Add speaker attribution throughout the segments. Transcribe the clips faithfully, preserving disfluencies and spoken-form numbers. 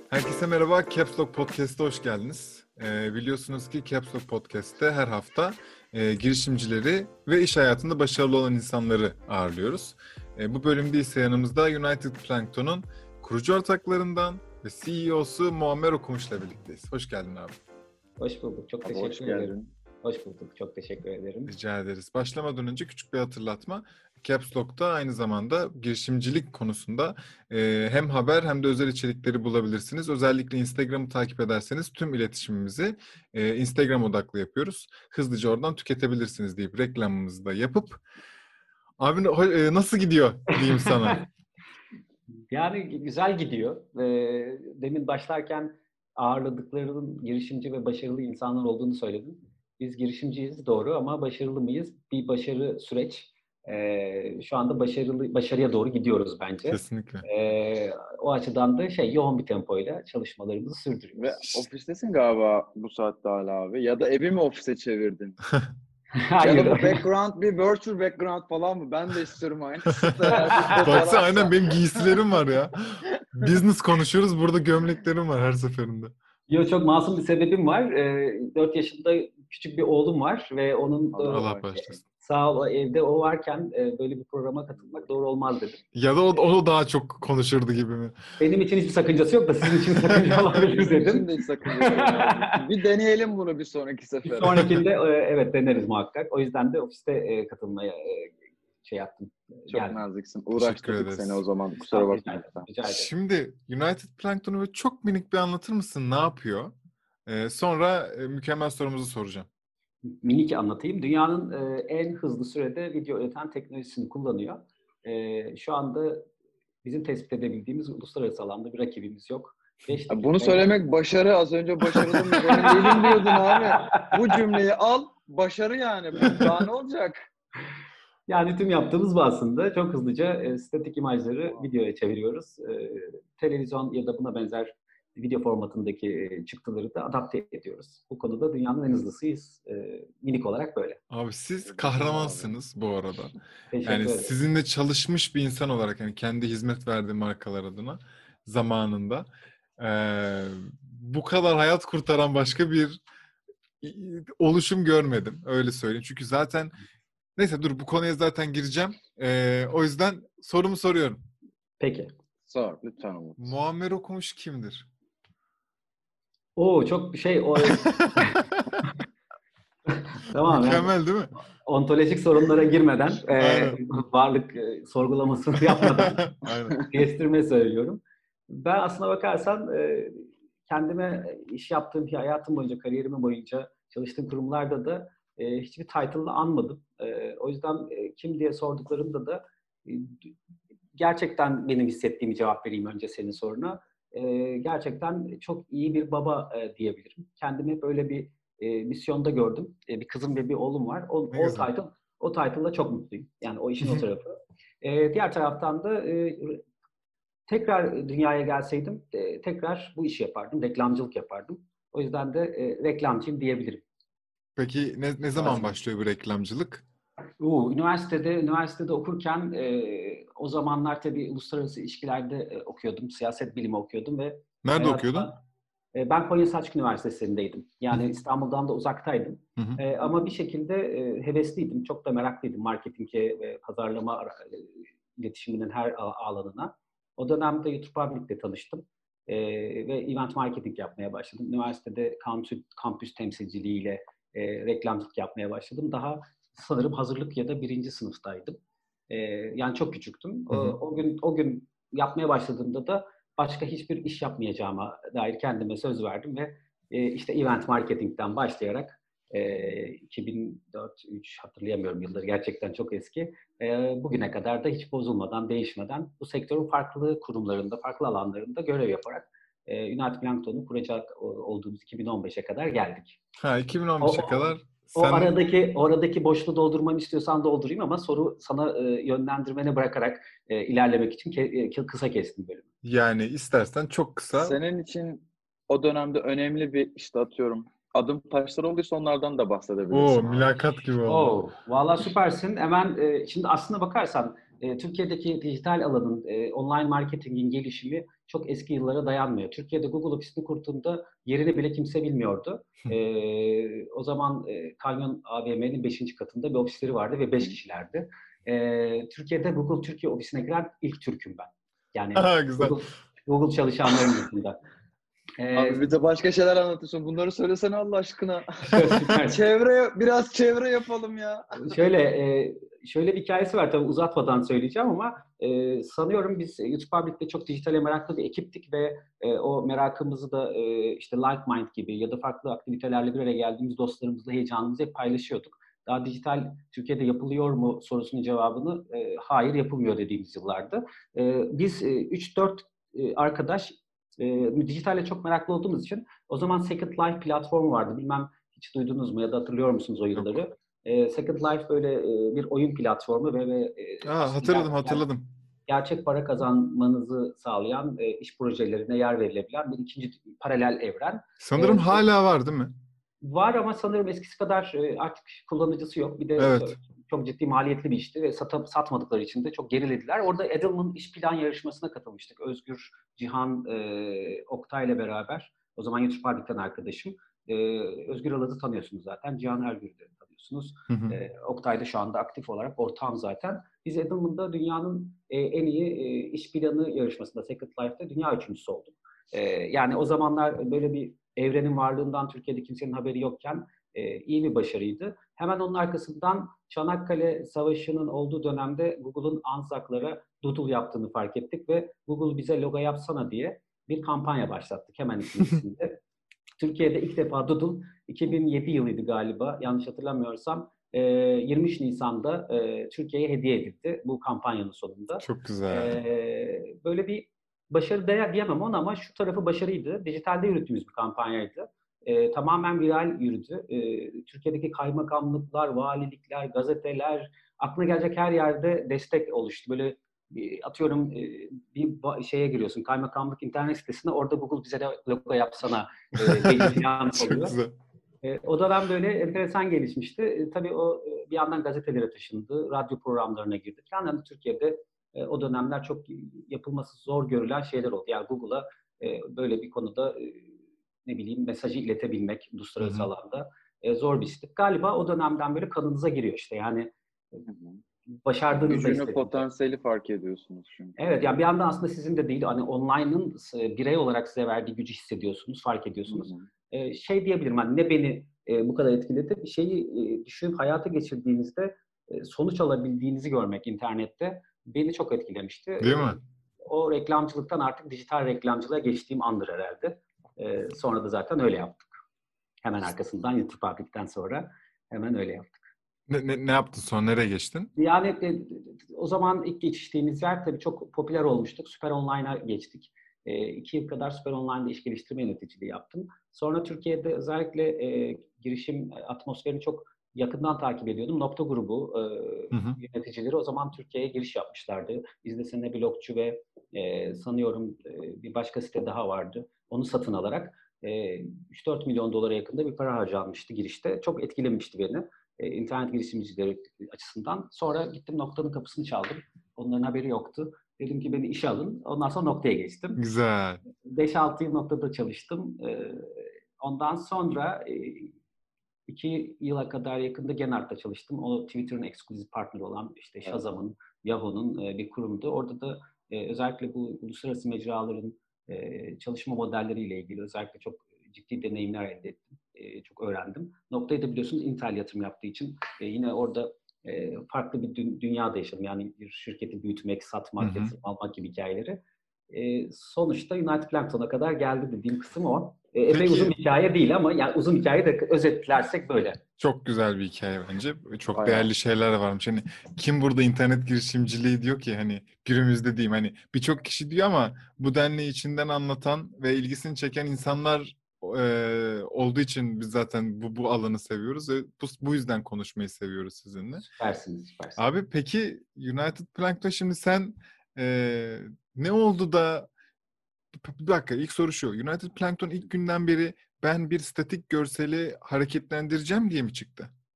Speaker 1: Herkese merhaba, Caps Lock Podcast'a hoş geldiniz. Ee, biliyorsunuz ki Caps Lock Podcast'te her hafta e, girişimcileri ve iş hayatında başarılı olan insanları ağırlıyoruz. E, bu bölümde ise yanımızda United Plankton'un kurucu ortaklarından ve C E O'su Muammer Okumuş'la birlikteyiz. Hoş geldin abi.
Speaker 2: Hoş bulduk, çok
Speaker 3: Abi,
Speaker 2: teşekkür
Speaker 3: hoş
Speaker 2: ederim.
Speaker 3: geldin.
Speaker 2: Hoş bulduk, çok teşekkür ederim.
Speaker 1: Rica ederiz. Başlamadan önce küçük bir hatırlatma. Caps Lock'ta aynı zamanda girişimcilik konusunda e, hem haber hem de özel içerikleri bulabilirsiniz. Özellikle Instagram'ı takip ederseniz tüm iletişimimizi e, Instagram odaklı yapıyoruz. Hızlıca oradan tüketebilirsiniz deyip reklamımızı da yapıp abi e, nasıl gidiyor diyeyim sana.
Speaker 2: Yani güzel gidiyor. Ee, demin başlarken ağırladıklarının girişimci ve başarılı insanlar olduğunu söyledin. Biz girişimciyiz doğru ama başarılı mıyız? Bir başarı süreç. Ee, şu anda başarılı başarıya doğru gidiyoruz bence.
Speaker 1: Kesinlikle.
Speaker 2: Ee, o açıdan da şey yoğun bir tempoyla çalışmalarımızı sürdürüyoruz.
Speaker 3: Ve ofistesin galiba bu saatte hala abi. Ya da evi mi ofise çevirdin?
Speaker 2: Hayır.
Speaker 3: Ya da bu background bir virtual background falan mı? Ben de istiyorum aynısını.
Speaker 1: Baksana aynen benim giysilerim var ya. Business konuşuyoruz, burada gömleklerim var her seferinde.
Speaker 2: Yo, çok masum bir sebebim var. E, dört yaşında küçük bir oğlum var ve onun
Speaker 1: Allah,
Speaker 2: da,
Speaker 1: Allah başlasın.
Speaker 2: Sağ ol, evde o varken e, böyle bir programa katılmak doğru olmaz dedim.
Speaker 1: Ya da o, o daha çok konuşurdu gibi mi?
Speaker 2: Benim için hiçbir sakıncası yok da sizin için sakınca olabilir dedim.
Speaker 3: Benim için de hiç sakıncası yok. Bir deneyelim bunu bir sonraki sefer.
Speaker 2: Bir sonrakinde e, evet deneriz muhakkak. O yüzden de ofiste e, katılmaya e, şey yaptım.
Speaker 3: Çok
Speaker 2: geldim.
Speaker 3: naziksin. Uğraştırdık
Speaker 1: ederiz.
Speaker 3: seni o zaman. Kusura bakma.
Speaker 2: Rica ederim, rica ederim.
Speaker 1: Şimdi United Plankton'u böyle çok minik bir anlatır mısın? Ne yapıyor? Ee, sonra e, mükemmel sorumuzu soracağım.
Speaker 2: Minik anlatayım. Dünyanın e, en hızlı sürede video üreten teknolojisini kullanıyor. E, şu anda bizim tespit edebildiğimiz uluslararası alanda bir rakibimiz yok. Beş
Speaker 3: Bunu
Speaker 2: dakika-
Speaker 3: söylemek başarı. Az önce başarılı mı? Benim değilim diyordun abi. Bu cümleyi al. Başarı yani. Daha ne olacak?
Speaker 2: Yani tüm yaptığımız bu aslında. Çok hızlıca e, statik imajları videoya çeviriyoruz. E, televizyon ya da buna benzer video formatındaki e, çıktıları da adapte ediyoruz. Bu konuda dünyanın en hızlısıyız. E, minik olarak böyle.
Speaker 1: Abi siz kahramansınız bu arada.
Speaker 2: Teşekkür
Speaker 1: Yani
Speaker 2: ederim.
Speaker 1: sizinle çalışmış bir insan olarak yani kendi hizmet verdiği markalar adına zamanında ee, bu kadar hayat kurtaran başka bir oluşum görmedim. Öyle söyleyeyim. Çünkü zaten neyse dur bu konuya zaten gireceğim. Ee, o yüzden sorumu soruyorum.
Speaker 2: Peki.
Speaker 3: Sor lütfen Umut.
Speaker 1: Muammer Okumuş kimdir?
Speaker 2: Oo çok şey o tamam
Speaker 1: Mükemmel
Speaker 2: yani,
Speaker 1: değil mi?
Speaker 2: ontolojik sorunlara girmeden e,
Speaker 1: Aynen.
Speaker 2: varlık e, sorgulamasını yapmadan
Speaker 1: Aynen.
Speaker 2: kestirme söylüyorum. Ben aslına bakarsan e, kendime iş yaptığım bir hayatım boyunca, kariyerimi boyunca çalıştığım kurumlarda da e, hiçbir title'la anmadım. E, o yüzden e, kim diye sorduklarında da e, gerçekten benim hissettiğimi cevap vereyim önce senin soruna. E, gerçekten çok iyi bir baba e, diyebilirim. Kendimi hep öyle bir e, misyonda gördüm. E, bir kızım ve bir oğlum var. O,
Speaker 1: Ne
Speaker 2: o
Speaker 1: güzel.
Speaker 2: title, o title'la çok mutluyum. Yani o işin o tarafı. E, diğer taraftan da e, tekrar dünyaya gelseydim e, tekrar bu işi yapardım. Reklamcılık yapardım. O yüzden de e, reklamcıyım diyebilirim.
Speaker 1: Peki ne, ne zaman başlıyor bu reklamcılık?
Speaker 2: Oo, üniversitede üniversitede okurken e, o zamanlar tabii uluslararası ilişkilerde e, okuyordum. Siyaset bilimi okuyordum ve
Speaker 1: Nerede
Speaker 2: hayatımda-
Speaker 1: okuyordun?
Speaker 2: e, ben Konya Selçuk Üniversitesi'ndeydim. Yani İstanbul'dan da uzaktaydım.
Speaker 1: Hı hı.
Speaker 2: E, ama bir şekilde e, hevesliydim. Çok da meraklıydım marketinge ve pazarlama ara- e, iletişiminin her a- alanına. O dönemde YouTube Public'le tanıştım. E, ve event marketing yapmaya başladım. Üniversitede kampüs, kampüs temsilciliğiyle e, reklamcılık yapmaya başladım. Daha sanırım hazırlık ya da birinci sınıftaydım. E, yani çok küçüktüm. O,
Speaker 1: Hı hı.
Speaker 2: o gün o gün yapmaya başladığımda da başka hiçbir iş yapmayacağıma dair kendime söz verdim ve e, işte event marketingten başlayarak e, iki bin dört üç hatırlayamıyorum yılları gerçekten çok eski. E, bugüne kadar da hiç bozulmadan, değişmeden bu sektörün farklı kurumlarında, farklı alanlarında görev yaparak e, United Plankton'u kuracak olduğumuz iki bin on beşe kadar geldik.
Speaker 1: Ha iki bin on beşe
Speaker 2: O-
Speaker 1: kadar
Speaker 2: O
Speaker 1: sen
Speaker 2: aradaki oradaki boşluğu doldurmanı istiyorsan doldurayım ama soru sana e, yönlendirmene bırakarak e, ilerlemek için ke- e, kısa kestim bölümü.
Speaker 1: yani istersen çok kısa.
Speaker 3: Senin için o dönemde önemli bir işte atıyorum adım taşları olduysa onlardan da bahsedebilirsin.
Speaker 1: Oo mülakat gibi oldu.
Speaker 2: Oo, vallahi süpersin. Hemen e, şimdi aslına bakarsan e, Türkiye'deki dijital alanın, e, online marketingin gelişimi çok eski yıllara dayanmıyor. Türkiye'de Google ofisini kurduğunda yerini bile kimse bilmiyordu. E, o zaman e, Canyon A V M'nin beşinci katında bir ofisleri vardı ve beş kişilerdi. E, Türkiye'de Google Türkiye ofisine giren ilk Türk'üm ben. Yani
Speaker 1: Ha, güzel.
Speaker 2: Google, Google çalışanların dışında. E,
Speaker 3: Abi bir de başka şeyler anlatıyorsun. Bunları söylesene Allah aşkına.
Speaker 2: süper.
Speaker 3: Çevre, biraz çevre yapalım ya.
Speaker 2: Şöyle e, şöyle bir hikayesi var, tabii uzatmadan söyleyeceğim ama e, sanıyorum biz YouTube Public'te çok dijitale meraklı bir ekiptik ve e, o merakımızı da e, işte Like Mind gibi ya da farklı aktivitelerle bir araya geldiğimiz dostlarımızla heyecanımızı hep paylaşıyorduk. Daha dijital Türkiye'de yapılıyor mu sorusunun cevabını e, hayır yapılmıyor dediğimiz yıllardı. E, biz e, üç dört e, arkadaş e, dijitale çok meraklı olduğumuz için o zaman Second Life platformu vardı. Bilmem hiç duydunuz mu ya da hatırlıyor musunuz o yılları?
Speaker 1: Yok.
Speaker 2: E, Second Life böyle e, bir oyun platformu ve, ve e,
Speaker 1: Aa, hatırladım hatırladım.
Speaker 2: gerçek para kazanmanızı sağlayan e, iş projelerine yer verilebilen bir ikinci paralel evren.
Speaker 1: Sanırım
Speaker 2: E,
Speaker 1: hala var değil mi?
Speaker 2: Var ama sanırım eskisi kadar e, artık kullanıcı yok. Bir de
Speaker 1: Evet.
Speaker 2: çok ciddi maliyetli bir işti ve satıp satmadıkları için de çok gerilediler. Orada Edelman iş plan yarışmasına katılmıştık. Özgür, Cihan, e, Oktay ile beraber. O zaman YouTube Public'ten arkadaşım. E, Özgür Alaz'ı tanıyorsunuz zaten. Cihan Ergür'ü de tanıyorsunuz.
Speaker 1: Hı hı.
Speaker 2: E, Oktay da şu anda aktif olarak ortağım zaten. Biz Edelman'da dünyanın e, en iyi e, iş planı yarışmasında Second Life'da dünya üçüncüsü olduk. E, yani o zamanlar böyle bir evrenin varlığından Türkiye'de kimsenin haberi yokken e, iyi bir başarıydı. Hemen onun arkasından Çanakkale Savaşı'nın olduğu dönemde Google'un Anzak'lara doodle yaptığını fark ettik ve Google bize logo yapsana diye bir kampanya başlattık hemen ikincisinde. Türkiye'de ilk defa doodle iki bin yedi yılıydı galiba, yanlış hatırlamıyorsam e, yirmi üç Nisan'da e, Türkiye'ye hediye edildi bu kampanyanın sonunda.
Speaker 1: Çok güzel.
Speaker 2: E, böyle bir başarı diyemem ona ama şu tarafı başarıydı. Dijitalde yürüttüğümüz bir kampanyaydı. E, tamamen viral yürüdü. E, Türkiye'deki kaymakamlıklar, valilikler, gazeteler, aklına gelecek her yerde destek oluştu. Böyle bir, atıyorum e, bir şeye giriyorsun, kaymakamlık internet sitesine, orada Google bize de logo yapsana e, falan
Speaker 1: Çok
Speaker 2: oluyor.
Speaker 1: güzel.
Speaker 2: E, o dönem böyle enteresan gelişmişti. E, tabii o e, bir yandan gazetelere taşındı, radyo programlarına girdi falan. Yani Türkiye'de e, o dönemler çok yapılması zor görülen şeyler oldu. Yani Google'a e, böyle bir konuda e, ne bileyim mesajı iletebilmek uluslararası
Speaker 1: Hı hı.
Speaker 2: alanda e, zor bir işti. Galiba o dönemden böyle kanınıza giriyor işte. Yani başardığınızda
Speaker 3: Gücünü,
Speaker 2: istediğinizde.
Speaker 3: potansiyeli fark ediyorsunuz çünkü.
Speaker 2: Evet, yani bir yandan aslında sizin de değil, hani online'ın e, birey olarak size verdiği gücü hissediyorsunuz, fark ediyorsunuz.
Speaker 3: Hı hı.
Speaker 2: E, şey diyebilirim, hani ne beni e, bu kadar etkiledi, bir şeyi e, düşünüp hayata geçirdiğinizde e, sonuç alabildiğinizi görmek internette beni çok etkilemişti.
Speaker 1: Değil mi?
Speaker 2: E, o reklamcılıktan artık dijital reklamcılığa geçtiğim andır herhalde. E, sonra da zaten öyle yaptık. Hemen arkasından YouTube Public'ten sonra hemen öyle yaptık.
Speaker 1: Ne, ne, ne yaptın sonra? Nereye geçtin?
Speaker 2: Yani e, o zaman ilk geçtiğimiz yer tabii çok popüler olmuştuk. Süper Online'a geçtik. E, iki yıl kadar Süper Online'da iş geliştirme yöneticiliği yaptım. Sonra Türkiye'de özellikle e, girişim atmosferini çok yakından takip ediyordum. Nokta grubu e,
Speaker 1: Hı hı.
Speaker 2: yöneticileri o zaman Türkiye'ye giriş yapmışlardı. İzlesene Blogcu ve e, sanıyorum e, bir başka site daha vardı. Onu satın alarak e, üç dört milyon dolara yakında bir para harcanmıştı girişte. Çok etkilemişti beni. İnternet girişimcileri açısından. Sonra gittim Nokta'nın kapısını çaldım. Onların haberi yoktu. Dedim ki beni işe alın. Ondan sonra Nokta'ya geçtim.
Speaker 1: Güzel.
Speaker 2: beş altı yıl Nokta'da çalıştım. Ondan sonra iki yıla kadar yakında Genart'ta çalıştım. O Twitter'ın ekskluzif partneri olan işte Shazam'ın, Yahoo'nun bir kurumdu. Orada da özellikle bu uluslararası mecraların çalışma modelleriyle ilgili özellikle çok ciddi deneyimler elde ettim. E, çok öğrendim. Noktayı da biliyorsunuz Intel yatırım yaptığı için e, yine orada e, farklı bir dü- dünyada yaşadım. Yani bir şirketi büyütmek, satmak, yatırım almak gibi hikayeleri. E, sonuçta United Plankton'a kadar geldi dediğim kısım o. E, epey
Speaker 1: Peki.
Speaker 2: uzun bir hikaye değil ama yani uzun hikayeyi de özetlersek böyle.
Speaker 1: Çok güzel bir hikaye bence. Çok
Speaker 3: Bayağı.
Speaker 1: değerli şeyler varmış. Hani kim burada internet girişimciliği diyor ki, hani günümüzde diyeyim, hani birçok kişi diyor ama bu denli içinden anlatan ve ilgisini çeken insanlar e, olduğu için biz zaten bu bu alanı seviyoruz ve bu, bu yüzden konuşmayı seviyoruz sizinle.
Speaker 2: Süpersiniz, süpersiniz.
Speaker 1: Abi peki United Plankton, şimdi sen e, ne oldu da, bir dakika, ilk soru şu. United Plankton ilk günden beri ben bir statik görseli hareketlendireceğim diye mi çıktı?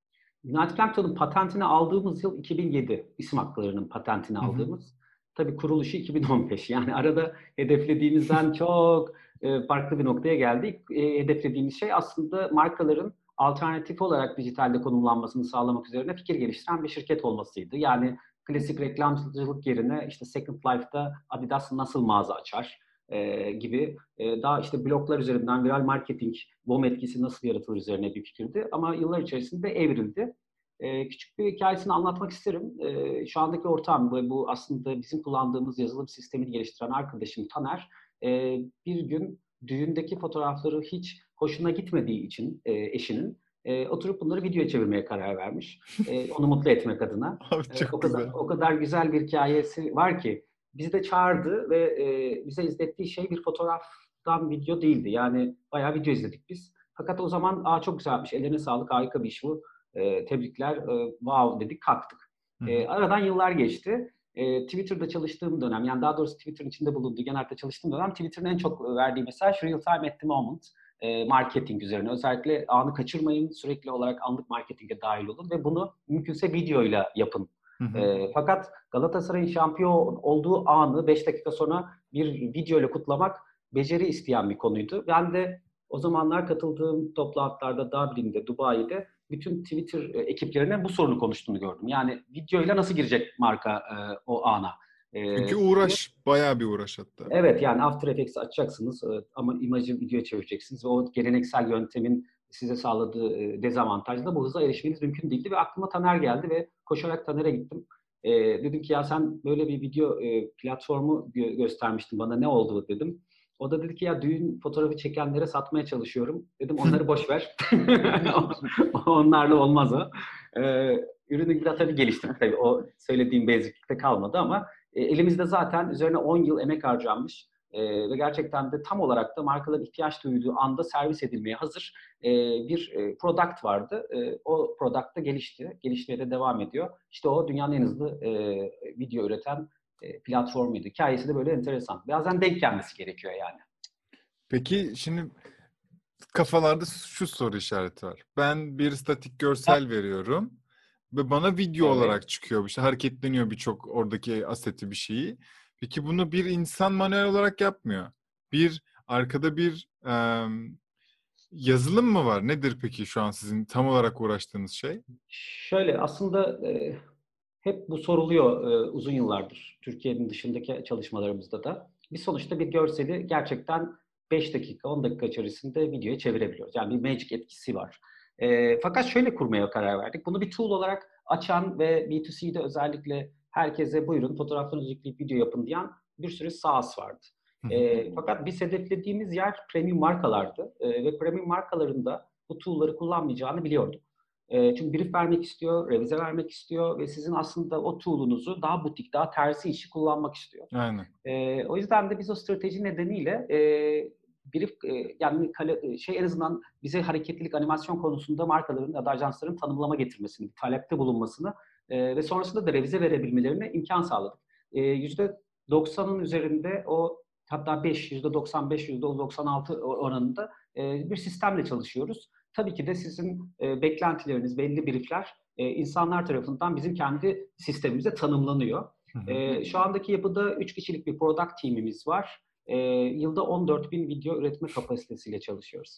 Speaker 2: United Kingdom'un patentini aldığımız yıl iki bin yedi. İsim haklarının patentini
Speaker 1: Hı hı.
Speaker 2: aldığımız. Tabii kuruluşu iki bin on beş. Yani arada hedeflediğimizden çok e, farklı bir noktaya geldik. E, hedeflediğimiz şey aslında markaların alternatif olarak dijitalde konumlanmasını sağlamak üzerine fikir geliştiren bir şirket olmasıydı. Yani klasik reklamcılık yerine işte Second Life'da Adidas nasıl mağaza açar e, gibi e, daha işte bloglar üzerinden viral marketing, bomb etkisi nasıl yaratılır üzerine bir fikirdi. Ama yıllar içerisinde evrildi. E, küçük bir hikayesini anlatmak isterim. E, şu andaki ortam ve bu aslında bizim kullandığımız yazılım sistemini geliştiren arkadaşım Taner e, bir gün düğündeki fotoğrafları hiç hoşuna gitmediği için e, eşinin e, oturup bunları videoya çevirmeye karar vermiş. E, onu mutlu etmek adına.
Speaker 1: Abi
Speaker 2: E,
Speaker 1: çok
Speaker 2: o kadar
Speaker 1: güzel.
Speaker 2: o kadar güzel bir hikayesi var ki bizi de çağırdı ve e, bize izlettiği şey bir fotoğraftan video değildi. Yani bayağı video izledik biz. Fakat o zaman aa çok güzelmiş, ellerine sağlık, harika bir iş bu. E, tebrikler, e, wow dedik, kalktık.
Speaker 1: Hı
Speaker 2: E,
Speaker 1: hı.
Speaker 2: aradan yıllar geçti. E, Twitter'da çalıştığım dönem, yani daha doğrusu Twitter'ın içinde bulunduğu genelde çalıştığım dönem, Twitter'ın en çok verdiği mesaj real time at the moment. E, marketing üzerine. Özellikle anı kaçırmayın, sürekli olarak anlık marketinge dahil olun ve bunu mümkünse videoyla yapın.
Speaker 1: Hı hı.
Speaker 2: E, fakat Galatasaray'ın şampiyon olduğu anı beş dakika sonra bir video ile kutlamak beceri isteyen bir konuydu. Ben de o zamanlar katıldığım toplantılarda Dublin'de, Dubai'de bütün Twitter ekiplerine bu sorunu konuştuğunu gördüm. Yani videoyla nasıl girecek marka e, o ana? E,
Speaker 1: Çünkü uğraş, bayağı bir uğraş hatta.
Speaker 2: Evet, yani After Effects'i açacaksınız e, ama imajı videoya çevireceksiniz ve o geleneksel yöntemin size sağladığı e, dezavantajla bu hıza erişmeniz mümkün değildi ve aklıma Taner geldi ve koşarak Taner'e gittim. E, dedim ki ya sen böyle bir video e, platformu gö- göstermiştin bana, ne oldu dedim. O da dedi ki ya düğün fotoğrafı çekenlere satmaya çalışıyorum. Dedim onları boş ver. Onlarla olmaz o. E, ürünü biraz tabii geliştirdik tabii. O söylediğim basic'likte kalmadı ama e, elimizde zaten üzerine on yıl emek harcanmış e, ve gerçekten de tam olarak da markaların ihtiyaç duyduğu anda servis edilmeye hazır e, bir e, product vardı. E, o product da gelişti. Gelişmeye de devam ediyor. İşte o dünyanın en hızlı e, video üreten e, platformuydu. Hikayesi de böyle enteresan. Bazen denk gelmesi gerekiyor yani.
Speaker 1: Peki şimdi kafalarda şu soru işareti var. Ben bir statik görsel veriyorum ve bana video
Speaker 2: Evet.
Speaker 1: olarak çıkıyor. İşte hareketleniyor birçok oradaki aseti bir şeyi. Peki bunu bir insan manuel olarak yapmıyor. Bir arkada bir em, yazılım mı var? Nedir peki şu an sizin tam olarak uğraştığınız şey?
Speaker 2: Şöyle aslında e, hep bu soruluyor e, uzun yıllardır Türkiye'nin dışındaki çalışmalarımızda da. Biz sonuçta bir görseli gerçekten beş dakika, on dakika içerisinde videoya çevirebiliyoruz. Yani bir magic etkisi var. E, fakat şöyle kurmaya karar verdik. Bunu bir tool olarak açan ve B iki C'de özellikle herkese buyurun fotoğraflarınızı yükleyip video yapın diyen bir sürü SaaS vardı. E, fakat biz hedeflediğimiz yer premium markalardı. E, ve premium markaların da bu tool'ları kullanmayacağını biliyorduk. E, çünkü brief vermek istiyor, revize vermek istiyor ve sizin aslında o tool'unuzu daha butik, daha tersi işi kullanmak istiyor.
Speaker 1: Aynen.
Speaker 2: E, o yüzden de biz o strateji nedeniyle e, brief, e, yani kale, şey en azından bize hareketlilik, animasyon konusunda markaların ya da ajansların tanımlama getirmesini, talepte bulunmasını e, ve sonrasında da revize verebilmelerine imkan sağladık. E, yüzde doksanın üzerinde o, hatta beş, yüzde doksan beş, yüzde doksan altı oranında e, bir sistemle çalışıyoruz. Tabii ki de sizin e, beklentileriniz, belli briefler e, insanlar tarafından bizim kendi sistemimize tanımlanıyor. E, şu andaki yapıda üç kişilik bir product team'imiz var. E, yılda on dört bin video üretme kapasitesiyle çalışıyoruz.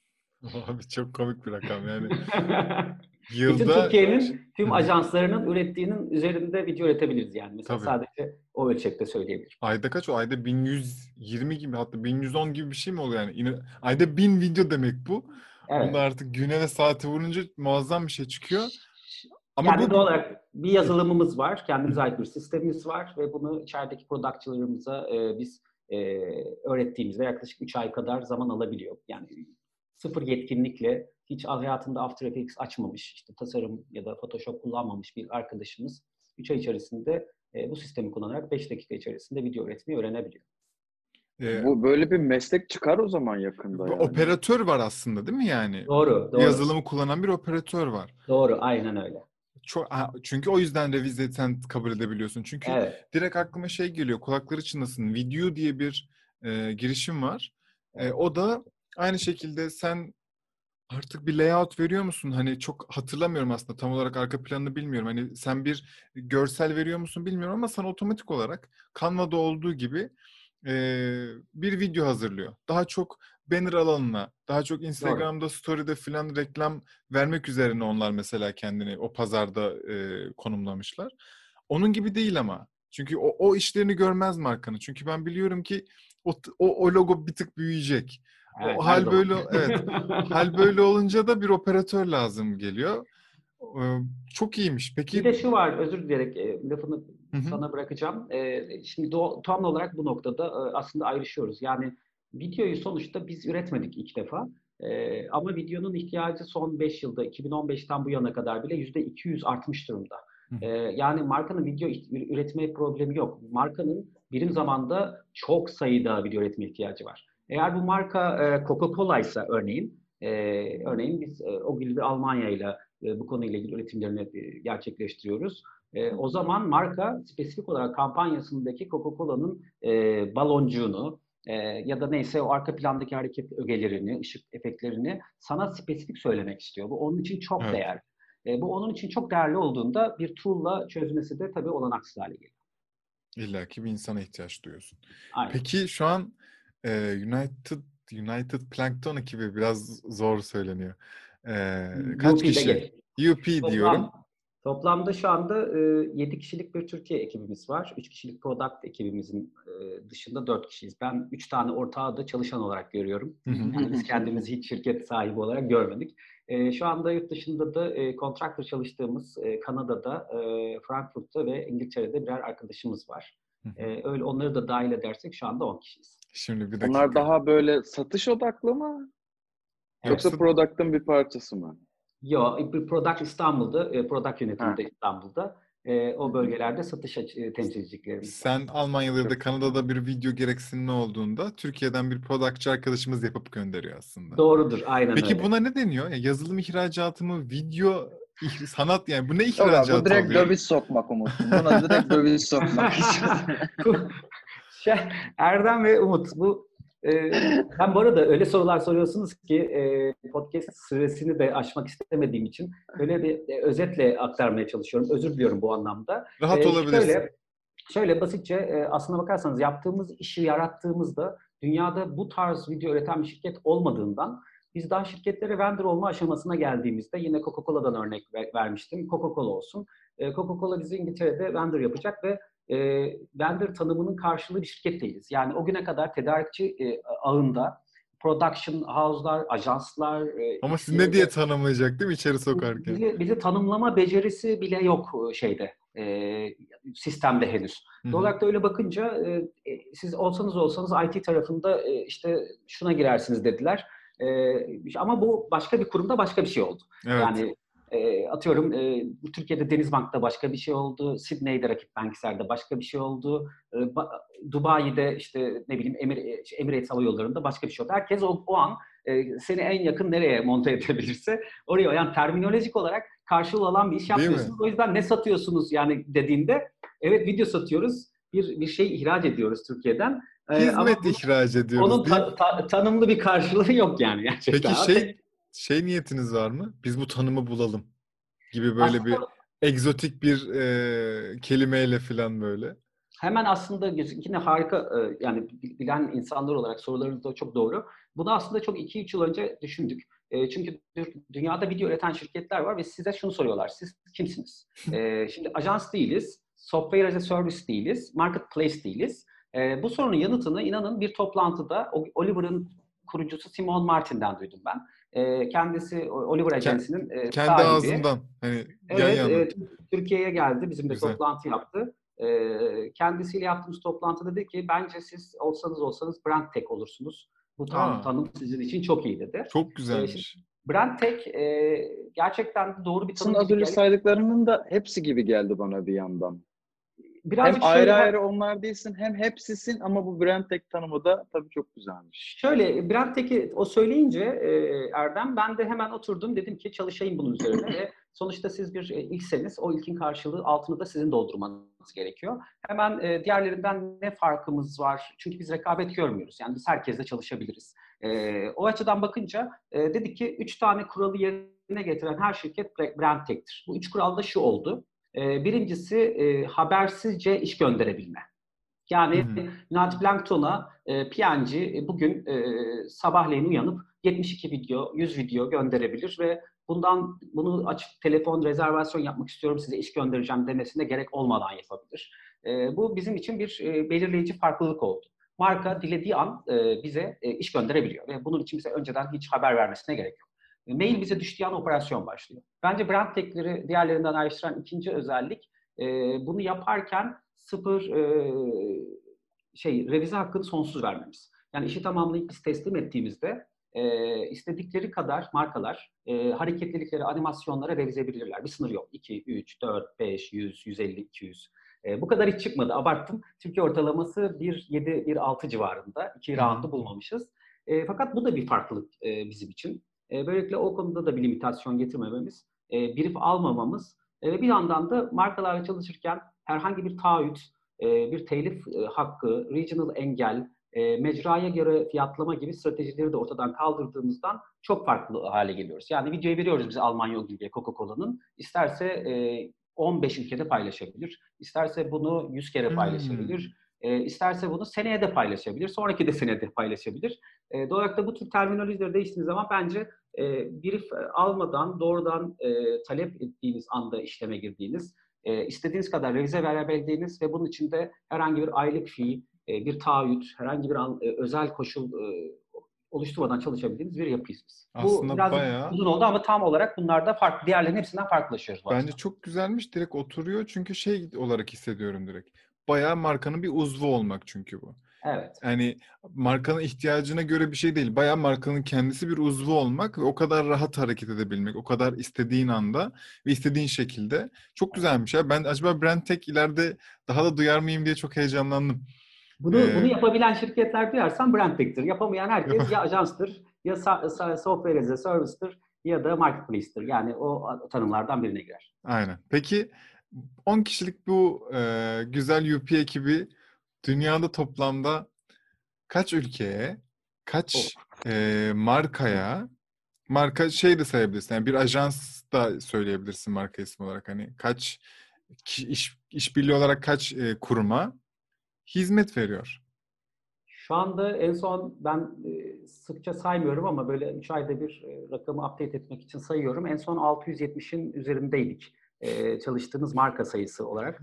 Speaker 1: Abi çok komik bir rakam yani.
Speaker 2: Bütün
Speaker 1: Yılda
Speaker 2: Türkiye'nin tüm ajanslarının ürettiğinin üzerinde video üretebiliriz yani. Mesela
Speaker 1: Tabii.
Speaker 2: sadece o ölçekte söyleyebilirim.
Speaker 1: Ayda kaç o? Ayda bin yüz yirmi gibi, hatta bin yüz on gibi bir şey mi oluyor yani? Yine, ayda bin video demek bu.
Speaker 2: Evet.
Speaker 1: Bunu artık güne ve saate vurunca muazzam bir şey çıkıyor. Ama
Speaker 2: Yani
Speaker 1: bu
Speaker 2: doğal olarak bir yazılımımız var, kendimize ait bir sistemimiz var ve bunu içerideki productçılarımıza e, biz e, öğrettiğimizde yaklaşık üç ay kadar zaman alabiliyor. Yani sıfır yetkinlikle hiç hayatında After Effects açmamış, işte tasarım ya da Photoshop kullanmamış bir arkadaşımız üç ay içerisinde e, bu sistemi kullanarak beş dakika içerisinde video üretmeyi öğrenebiliyor.
Speaker 1: e,
Speaker 3: Bu böyle bir meslek çıkar o zaman yakında
Speaker 1: bir
Speaker 3: yani.
Speaker 1: operatör var aslında değil mi yani?
Speaker 2: Doğru, doğru.
Speaker 1: Yazılımı kullanan bir operatör var.
Speaker 2: Doğru, aynen öyle.
Speaker 1: Çok, ha, çünkü o yüzden revize sen kabul edebiliyorsun. Çünkü
Speaker 2: Evet.
Speaker 1: direkt aklıma şey geliyor. Kulakları çınlasın. Video diye bir e, girişim var. E, o da aynı şekilde sen Artık bir layout veriyor musun? Hani çok hatırlamıyorum aslında. Tam olarak arka planını bilmiyorum. Hani sen bir görsel veriyor musun bilmiyorum ama sana otomatik olarak Canva'da olduğu gibi eee, bir video hazırlıyor. Daha çok banner alanına, daha çok
Speaker 2: Doğru.
Speaker 1: Instagram'da, Story'de falan reklam vermek üzerine onlar mesela kendini o pazarda eee, konumlamışlar. Onun gibi değil ama. Çünkü o, o işlerini görmez markanın. Çünkü ben biliyorum ki o, o, o logo bir tık büyüyecek.
Speaker 2: Evet,
Speaker 1: O
Speaker 2: her
Speaker 1: hal
Speaker 2: zaman.
Speaker 1: böyle, evet. Hal böyle olunca da bir operatör lazım geliyor. Ee, Çok iyiymiş.
Speaker 2: Bir
Speaker 1: Peki.
Speaker 2: de şu var, özür dileyerek e, lafını
Speaker 1: Hı hı.
Speaker 2: sana bırakacağım. E, şimdi do- tam olarak bu noktada e, aslında ayrışıyoruz. Yani videoyu sonuçta biz üretmedik ilk defa. E, ama videonun ihtiyacı son beş yılda, iki bin on beşten bu yana kadar bile yüzde iki yüz artmış durumda.
Speaker 1: Hı hı.
Speaker 2: E, yani markanın video iht- üretme problemi yok. Markanın birim zamanda çok sayıda video üretme ihtiyacı var. Eğer bu marka e, Coca-Cola ise örneğin, e, örneğin biz e, o gibi Almanya ile bu konuyla ilgili üretimlerini gerçekleştiriyoruz. E, o zaman marka spesifik olarak kampanyasındaki Coca-Cola'nın e, baloncuğunu e, ya da neyse o arka plandaki hareket ögelerini, ışık efektlerini sana spesifik söylemek istiyor. Bu onun için çok
Speaker 1: Evet.
Speaker 2: değerli. E, bu onun için çok değerli olduğunda bir tool'la çözmesi de tabii olanaksız hale geliyor.
Speaker 1: İlla ki bir insana ihtiyaç duyuyorsun.
Speaker 2: Aynen.
Speaker 1: Peki şu an e, United United Plankton ekibi biraz zor söyleniyor. E, kaç
Speaker 2: U P'de
Speaker 1: kişi?
Speaker 2: geç.
Speaker 1: U P diyorum.
Speaker 2: Toplam Toplamda şu anda e, yedi kişilik bir Türkiye ekibimiz var. üç kişilik product ekibimizin e, dışında dört kişiyiz. Ben üç tane ortağı da çalışan olarak görüyorum.
Speaker 1: Hı hı.
Speaker 2: Yani biz kendimizi hiç şirket sahibi olarak görmedik. E, şu anda yurt dışında da e, contractor çalıştığımız e, Kanada'da, e, Frankfurt'ta ve İngiltere'de birer arkadaşımız var.
Speaker 1: Hı hı.
Speaker 2: E, öyle onları da dahil edersek şu anda on kişiyiz.
Speaker 1: Şimdi bir
Speaker 3: Onlar
Speaker 1: dakika.
Speaker 3: daha böyle satış odaklı mı? Yoksa
Speaker 1: Yoksa
Speaker 3: product'ın bir parçası mı?
Speaker 2: Yo, bir Product İstanbul'da, e, Product
Speaker 3: Ha.
Speaker 2: yönetiminde İstanbul'da. E,
Speaker 3: Hı
Speaker 2: o
Speaker 3: hı.
Speaker 2: bölgelerde satış e, temsilciliklerimiz var.
Speaker 1: sen Almanya'da ya da
Speaker 3: Çok güzel.
Speaker 1: Kanada'da bir video gereksinimi olduğunda Türkiye'den bir productçı arkadaşımız yapıp gönderiyor aslında.
Speaker 2: Doğrudur, aynen
Speaker 1: Peki
Speaker 2: öyle.
Speaker 1: buna ne deniyor? Ya yazılım ihracatı mı, video ih- sanat yani bu ne
Speaker 3: Yok abi, bu
Speaker 1: ihracatı
Speaker 3: direkt
Speaker 1: oluyor?
Speaker 3: döviz sokmak Umut. Buna direkt döviz sokmak.
Speaker 2: Bu- şey, Erdem ve Umut, bu e, ben bu arada öyle sorular soruyorsunuz ki e, podcast süresini de aşmak istemediğim için böyle bir e, özetle aktarmaya çalışıyorum. Özür diliyorum bu anlamda.
Speaker 1: Rahat
Speaker 2: E,
Speaker 1: olabilirsin.
Speaker 2: şöyle Şöyle basitçe e, aslına bakarsanız yaptığımız işi yarattığımızda dünyada bu tarz video üreten bir şirket olmadığından biz daha şirketlere vendor olma aşamasına geldiğimizde yine Coca-Cola'dan örnek ver, vermiştim. Coca-Cola olsun. E, Coca-Cola bizi İngiltere'de vendor yapacak ve e, vendor tanımının karşılığı bir şirket değiliz. Yani o güne kadar tedarikçi e, ağında production house'lar, ajanslar, e,
Speaker 1: Ama siz ne diye
Speaker 2: Y D
Speaker 1: tanımlayacak değil mi içeri sokarken?
Speaker 2: bizi, bizi tanımlama becerisi bile yok şeyde, e, sistemde henüz.
Speaker 1: Hı
Speaker 2: Doğal
Speaker 1: hı.
Speaker 2: olarak da öyle bakınca e, e, siz olsanız olsanız I T tarafında e, işte şuna girersiniz dediler. E, ama bu başka bir kurumda başka bir şey oldu.
Speaker 1: Evet.
Speaker 2: Yani e, atıyorum e, Türkiye'de Denizbank'ta başka bir şey oldu. Sydney'de Rakip Bankser'de başka bir şey oldu. E, ba- Dubai'de işte ne bileyim Emir, Emirates Hava Yolları'nda başka bir şey oldu. Herkes o, o an e, seni en yakın nereye monte edebilirse oraya, yani terminolojik olarak karşılığı olan bir iş
Speaker 1: Değil mi?
Speaker 2: yapmıyorsunuz. O yüzden ne satıyorsunuz yani dediğinde, evet video satıyoruz, bir bir şey ihraç ediyoruz Türkiye'den. Ee, ama
Speaker 1: Hizmet
Speaker 2: bunun,
Speaker 1: ihraç ediyoruz
Speaker 2: onun
Speaker 1: deyip
Speaker 2: ta- ta- tanımlı bir karşılığı yok yani
Speaker 1: peki
Speaker 2: gerçekten.
Speaker 1: şey şey niyetiniz var mı? Biz bu tanımı bulalım gibi böyle bir
Speaker 2: Aslında
Speaker 1: egzotik bir e, kelimeyle falan böyle.
Speaker 2: Hemen aslında yine harika, e, yani bilen insanlar olarak sorularınız da çok doğru. Bunu aslında çok iki üç yıl önce düşündük. E, çünkü dünyada video üreten şirketler var ve size şunu soruyorlar. Siz kimsiniz? E, şimdi ajans değiliz, software as a service değiliz, marketplace değiliz. E, bu sorunun yanıtını inanın bir toplantıda Oliver'ın kurucusu Simon Martin'den duydum ben. E, kendisi Oliver
Speaker 1: Ke-
Speaker 2: Agency'nin e,
Speaker 1: kendi
Speaker 2: sahibi.
Speaker 1: ağzından hani yan
Speaker 2: Evet,
Speaker 1: yana.
Speaker 2: e, Türkiye'ye geldi, bizimle
Speaker 1: Güzel.
Speaker 2: toplantı yaptı. E, kendisiyle yaptığımız toplantıda dedi ki bence siz olsanız olsanız brand tech olursunuz. Bu tam,
Speaker 1: Aa,
Speaker 2: tanım sizin için çok iyi dedi.
Speaker 1: çok
Speaker 2: E, şimdi
Speaker 1: güzelmiş.
Speaker 2: brand tech e, gerçekten doğru bir
Speaker 3: Aslında
Speaker 2: tanım
Speaker 3: az
Speaker 2: gibi
Speaker 3: önce
Speaker 2: geldi.
Speaker 3: saydıklarının da hepsi gibi geldi bana bir yandan. Hem
Speaker 2: Birazcık
Speaker 3: ayrı
Speaker 2: şöyle
Speaker 3: ayrı onlar değilsin, hem hepsisin, ama bu brand tech tanımı da tabii çok güzelmiş.
Speaker 2: Şöyle, Brand Tech'i o söyleyince e, Erdem, ben de hemen oturdum, dedim ki çalışayım bunun üzerine ve sonuçta siz bir e, ilkseniz o ilkin karşılığı altını da sizin doldurmanız gerekiyor. Hemen e, diğerlerinden ne farkımız var? Çünkü biz rekabet görmüyoruz. Yani biz herkesle çalışabiliriz. E, o açıdan bakınca e, dedik ki üç tane kuralı yerine getiren her şirket brand tech'tir. Bu üç kural da şu oldu. E, birincisi e, habersizce iş gönderebilme. Yani Nihat Plankton'a e, P and G bugün e, sabahleyin uyanıp yetmiş iki video, yüz video gönderebilir ve bundan bunu açıp telefon rezervasyon yapmak istiyorum, size iş göndereceğim demesine gerek olmadan yapabilir. E, bu bizim için bir e, belirleyici farklılık oldu. Marka dilediği an e, bize e, iş gönderebiliyor ve bunun için bize önceden hiç haber vermesine gerek yok. E, mail bize düştüğü an operasyon başlıyor. Bence brand tech'leri diğerlerinden ayrıştıran ikinci özellik, e, bunu yaparken sıfır e, şey revize hakkını sonsuz vermemiz. Yani işi tamamlayıp biz teslim ettiğimizde e, istedikleri kadar markalar e, hareketlilikleri, animasyonlara revize edebilirler. Bir sınır yok. iki, üç, dört, beş, yüz, yüz elli, iki yüz. E, bu kadar hiç çıkmadı. Abarttım. Türkiye ortalaması bir yedi, bir altı civarında. iki roundu bulmamışız. E, fakat bu da bir farklılık e, bizim için. E, böylelikle o konuda da bir limitasyon getirmememiz, e, brief almamamız ve e, bir yandan da markalarla çalışırken herhangi bir taahhüt, e, bir telif e, hakkı, regional engel, e, mecraya göre fiyatlama gibi stratejileri de ortadan kaldırdığımızdan çok farklı hale geliyoruz. Yani videoyu veriyoruz biz Almanya Ogilvy'ye Coca-Cola'nın. İsterse e, on beş ülkede paylaşabilir. İsterse bunu yüz kere paylaşabilir. Hmm. E, isterse bunu seneye de paylaşabilir. Sonraki de seneye de paylaşabilir. E, doğal olarak da bu tür terminolojileri değiştiğiniz zaman bence e, brief almadan doğrudan e, talep ettiğiniz anda işleme girdiğiniz, e, istediğiniz kadar revize verebildiğiniz ve bunun içinde herhangi bir aylık fee, e, bir taahhüt, herhangi bir an, e, özel koşul e, oluşturmadan çalışabildiğiniz bir yapıyız biz.
Speaker 1: Aslında
Speaker 2: bu biraz
Speaker 1: bayağı
Speaker 2: uzun oldu ama tam olarak bunlarda farklı, diğerlerinin hepsinden farklılaşıyoruz.
Speaker 1: Bence
Speaker 2: aslında.
Speaker 1: çok güzelmiş, direkt oturuyor çünkü şey olarak hissediyorum direkt. Bayağı markanın bir uzvu olmak çünkü bu.
Speaker 2: Evet.
Speaker 1: Yani markanın ihtiyacına göre bir şey değil. Bayağı markanın kendisi bir uzvu olmak ve o kadar rahat hareket edebilmek, o kadar istediğin anda ve istediğin şekilde. Çok güzelmiş ya. Ben acaba brand tech ileride daha da duyar mıyım diye çok heyecanlandım.
Speaker 2: Bunu
Speaker 1: Ee,
Speaker 2: bunu yapabilen şirketler duyarsan brand tech'tir. Yapamayan herkes ya ajanstır, ya sa- software as a service'tır ya da marketplace'tir. Yani o tanımlardan birine girer.
Speaker 1: Aynen. Peki on kişilik bu e, güzel U P ekibi dünyada toplamda kaç ülkeye, kaç e, markaya, marka şey de sayabilirsin. Yani bir ajans da söyleyebilirsin marka ismi olarak. Hani kaç iş, işbirliği olarak kaç e, kuruma hizmet veriyor?
Speaker 2: Şu anda en son ben e, sıkça saymıyorum ama böyle üç ayda bir e, rakamı update etmek için sayıyorum. En son altı yüz yetmişin üzerindeydik e, çalıştığımız marka sayısı olarak.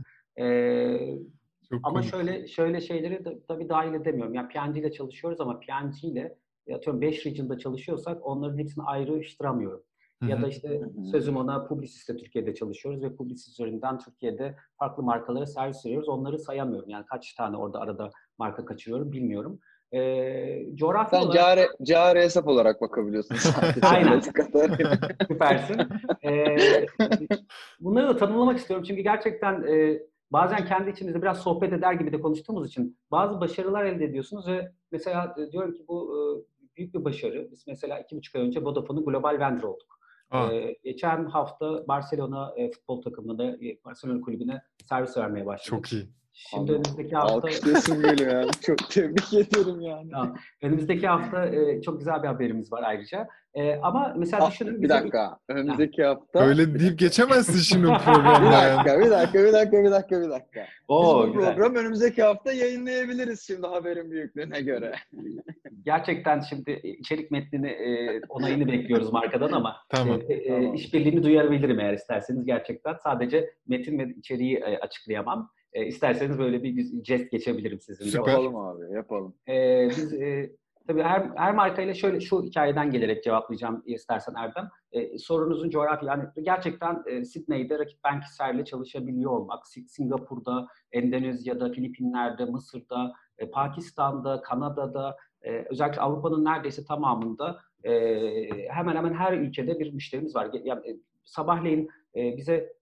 Speaker 2: E,
Speaker 1: Çok
Speaker 2: ama
Speaker 1: komik.
Speaker 2: şöyle şöyle şeyleri de, tabii dahil edemiyorum. Yani P and G ile çalışıyoruz ama P and G ile atıyorum beş region'da çalışıyorsak onların hepsini ayrıştıramıyorum.
Speaker 1: Hı-hı.
Speaker 2: Ya da işte sözüm ona Publicis'te Türkiye'de çalışıyoruz ve Publicis üzerinden Türkiye'de farklı markalara servis veriyoruz. Onları sayamıyorum. Yani kaç tane orada arada marka kaçırıyorum bilmiyorum. E, coğrafi
Speaker 3: Sen
Speaker 2: olarak...
Speaker 3: cari, cari hesap olarak bakabiliyorsun sadece.
Speaker 2: Aynen. Süpersin. E, bunları da tanımlamak istiyorum çünkü gerçekten e, bazen kendi içimizde biraz sohbet eder gibi de konuştuğumuz için bazı başarılar elde ediyorsunuz ve mesela e, diyorum ki bu e, büyük bir başarı. Biz mesela iki buçuk ay önce Vodafone'un global vendor olduk. Ee, geçen hafta Barcelona e, futbol takımına, e, Barcelona kulübüne servis vermeye başladık.
Speaker 1: Çok iyi.
Speaker 2: Şimdi Allah, önümüzdeki hafta...
Speaker 3: Alkışlıyorsun geliyor yani. Çok tebrik ediyorum yani.
Speaker 2: Ya, önümüzdeki hafta e, çok güzel bir haberimiz var ayrıca. E, ama mesela
Speaker 3: ah,
Speaker 2: düşünün...
Speaker 3: Bir dakika. Ilk... Önümüzdeki ha. hafta...
Speaker 1: Öyle deyip geçemezsin şimdi programda.
Speaker 3: bir dakika, bir dakika, bir dakika, bir dakika, bir dakika.
Speaker 2: Oo,
Speaker 3: Biz bu
Speaker 2: güzel.
Speaker 3: program önümüzdeki hafta yayınlayabiliriz şimdi haberin büyüklüğüne göre.
Speaker 2: Gerçekten şimdi içerik metnini, e, onayını bekliyoruz markadan ama
Speaker 1: tamam.
Speaker 2: e, e,
Speaker 3: tamam.
Speaker 2: işbirliğini duyarabilirim eğer isterseniz gerçekten. Sadece metin ve içeriği e, açıklayamam. E, isterseniz böyle bir jest geçebilirim sizinle.
Speaker 1: Süper.
Speaker 3: Yapalım abi, yapalım.
Speaker 2: E, biz e, tabii her, her markayla şöyle şu hikayeden gelerek cevaplayacağım istersen Erdem. E, sorunuzun coğrafi, yani gerçekten e, Sydney'de rakip Bankhisar'la çalışabiliyor olmak, Singapur'da, Endonezya'da, Filipinler'de, Mısır'da, e, Pakistan'da, Kanada'da, e, özellikle Avrupa'nın neredeyse tamamında e, hemen hemen her ülkede bir müşterimiz var. Yani, e, sabahleyin e, bize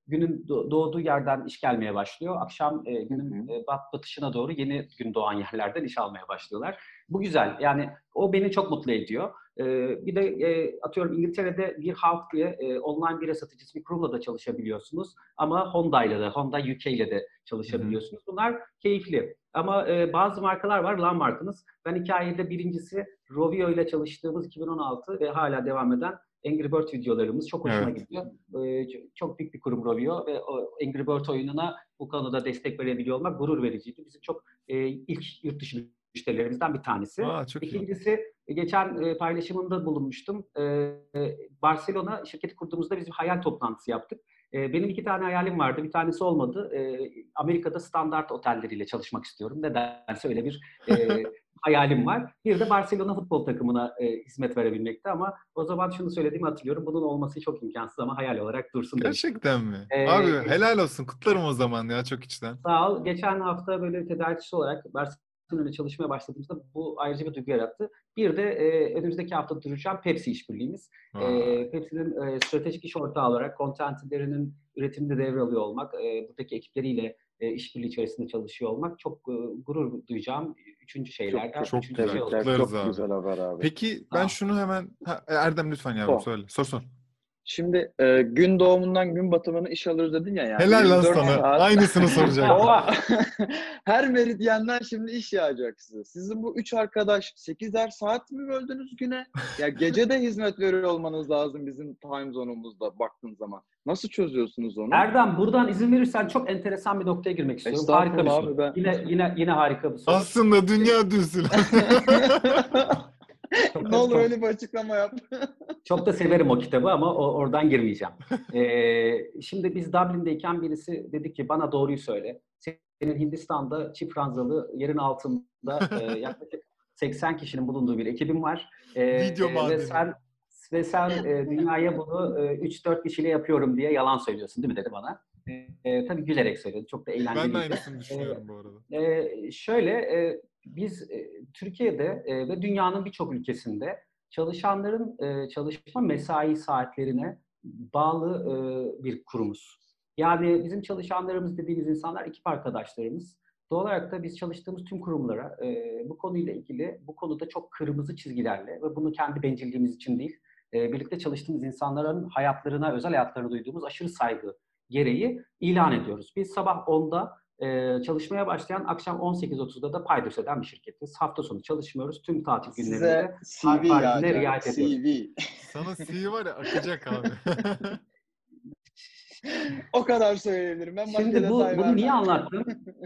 Speaker 2: günün doğduğu yerden iş gelmeye başlıyor. Akşam e, günün e, bat batışına doğru yeni gün doğan yerlerden iş almaya başlıyorlar. Bu güzel. Yani o beni çok mutlu ediyor. E, bir de e, atıyorum İngiltere'de bir Hawk diye e, online bira satıcısı bir kurumla da çalışabiliyorsunuz. Ama Honda ile de, Honda U K ile de çalışabiliyorsunuz. Bunlar keyifli. Ama e, bazı markalar var, lan markanız. Ben hikayede birincisi Rovio ile çalıştığımız iki bin on altı ve hala devam eden Angry Bird videolarımız çok hoşuma
Speaker 1: Evet.
Speaker 2: gidiyor. Ee, çok büyük bir kurum Rovio ve o Angry Bird oyununa bu konuda destek verebiliyor olmak gurur vericiydi. Bizim çok e, ilk yurt dışı müşterilerimizden bir tanesi.
Speaker 1: Aa, çok iyi.
Speaker 2: İkincisi, geçen e, paylaşımında bulunmuştum. E, e, Barcelona şirketi kurduğumuzda biz bir hayal toplantısı yaptık. E, benim iki tane hayalim vardı. Bir tanesi olmadı. E, Amerika'da standart otelleriyle çalışmak istiyorum. Nedense öyle bir e, hayalim var. Bir de Barcelona futbol takımına e, hizmet verebilmekte ama o zaman şunu söylediğimi hatırlıyorum. Bunun olması çok imkansız ama hayal olarak dursun demiştim.
Speaker 1: Gerçekten mi?
Speaker 2: Ee,
Speaker 1: Abi helal olsun. Kutlarım o zaman ya, çok içten.
Speaker 2: Sağ ol. Geçen hafta böyle tedarikçi olarak Barcelona'da çalışmaya başladığımızda bu ayrıca bir duygu yarattı. Bir de e, önümüzdeki hafta duracağım Pepsi işbirliğimiz. E, Pepsi'nin e, stratejik iş ortağı olarak contentlerinin üretiminde devralıyor olmak, e, buradaki ekipleriyle e, işbirliği içerisinde çalışıyor olmak çok e, gurur duyacağım üçüncü şeylerden.
Speaker 1: Çok
Speaker 2: üçüncü
Speaker 1: güzel.
Speaker 2: şey oldu.
Speaker 1: Kutlarız
Speaker 3: Çok
Speaker 1: abi.
Speaker 3: güzel haber abi.
Speaker 1: Peki ben
Speaker 2: Tamam.
Speaker 1: şunu hemen... Ha, Erdem lütfen yavrum
Speaker 3: Sor.
Speaker 1: söyle. Sor sor.
Speaker 3: Şimdi e, gün doğumundan gün batımını iş alıyoruz dedin ya yani.
Speaker 1: Helal lan
Speaker 3: yirmi dört
Speaker 1: sana.
Speaker 3: saat.
Speaker 1: Aynısını soracaktım.
Speaker 3: O her meridyenden şimdi iş yağacak size. Sizin bu üç arkadaş sekizer saat mi böldünüz güne? Ya gece de hizmet veriyor olmanız lazım bizim time zone'umuzda baktığın zaman. Nasıl çözüyorsunuz onu?
Speaker 2: Erdem, buradan izin verirsen çok enteresan bir noktaya girmek istiyorum. Harika bir
Speaker 3: Estağfurullah
Speaker 2: soru.
Speaker 3: abi, ben-
Speaker 2: Yine yine yine harika bir soru.
Speaker 1: Aslında dünya düzsün.
Speaker 2: Çok-
Speaker 3: Ne olur
Speaker 2: çok-
Speaker 3: öyle bir açıklama yap.
Speaker 2: Çok da severim o kitabı ama o, oradan girmeyeceğim. Ee, şimdi biz Dublin'deyken birisi dedi ki bana doğruyu söyle. Senin Hindistan'da çift ranzalı yerin altında e, yaklaşık seksen kişinin bulunduğu bir ekibin var. Ee,
Speaker 1: Video
Speaker 2: e,
Speaker 1: madeni.
Speaker 2: ve sen ve sen e, dünyaya bunu e, üç dört kişiyle yapıyorum diye yalan söylüyorsun değil mi dedi bana. E, tabii gülerek söyledi. Çok da eğlenceliydi.
Speaker 1: Ben de aynısını düşünüyorum bu arada.
Speaker 2: Ee, şöyle, e, biz e, Türkiye'de e, ve dünyanın birçok ülkesinde çalışanların e, çalışma mesai saatlerine bağlı e, bir kurumuz. Yani bizim çalışanlarımız dediğimiz insanlar ekip arkadaşlarımız. Doğal olarak da biz çalıştığımız tüm kurumlara e, bu konuyla ilgili bu konuda çok kırmızı çizgilerle ve bunu kendi bencilliğimiz için değil, e, birlikte çalıştığımız insanların hayatlarına, özel hayatlarına duyduğumuz aşırı saygı gereği ilan ediyoruz. Biz sabah onda Ee, çalışmaya başlayan akşam on sekiz otuzda da paydos eden bir şirketiz. Hafta sonu çalışmıyoruz. Tüm tatil günlerinde
Speaker 3: Size C V
Speaker 2: tariline
Speaker 3: yağacak.
Speaker 2: riayet ediyoruz.
Speaker 3: C V.
Speaker 1: Sana C V var ya, akacak abi.
Speaker 3: O kadar söyleyebilirim. Ben başka
Speaker 2: Şimdi bu,
Speaker 3: detay
Speaker 2: bunu niye
Speaker 3: vermem.
Speaker 2: anlattım?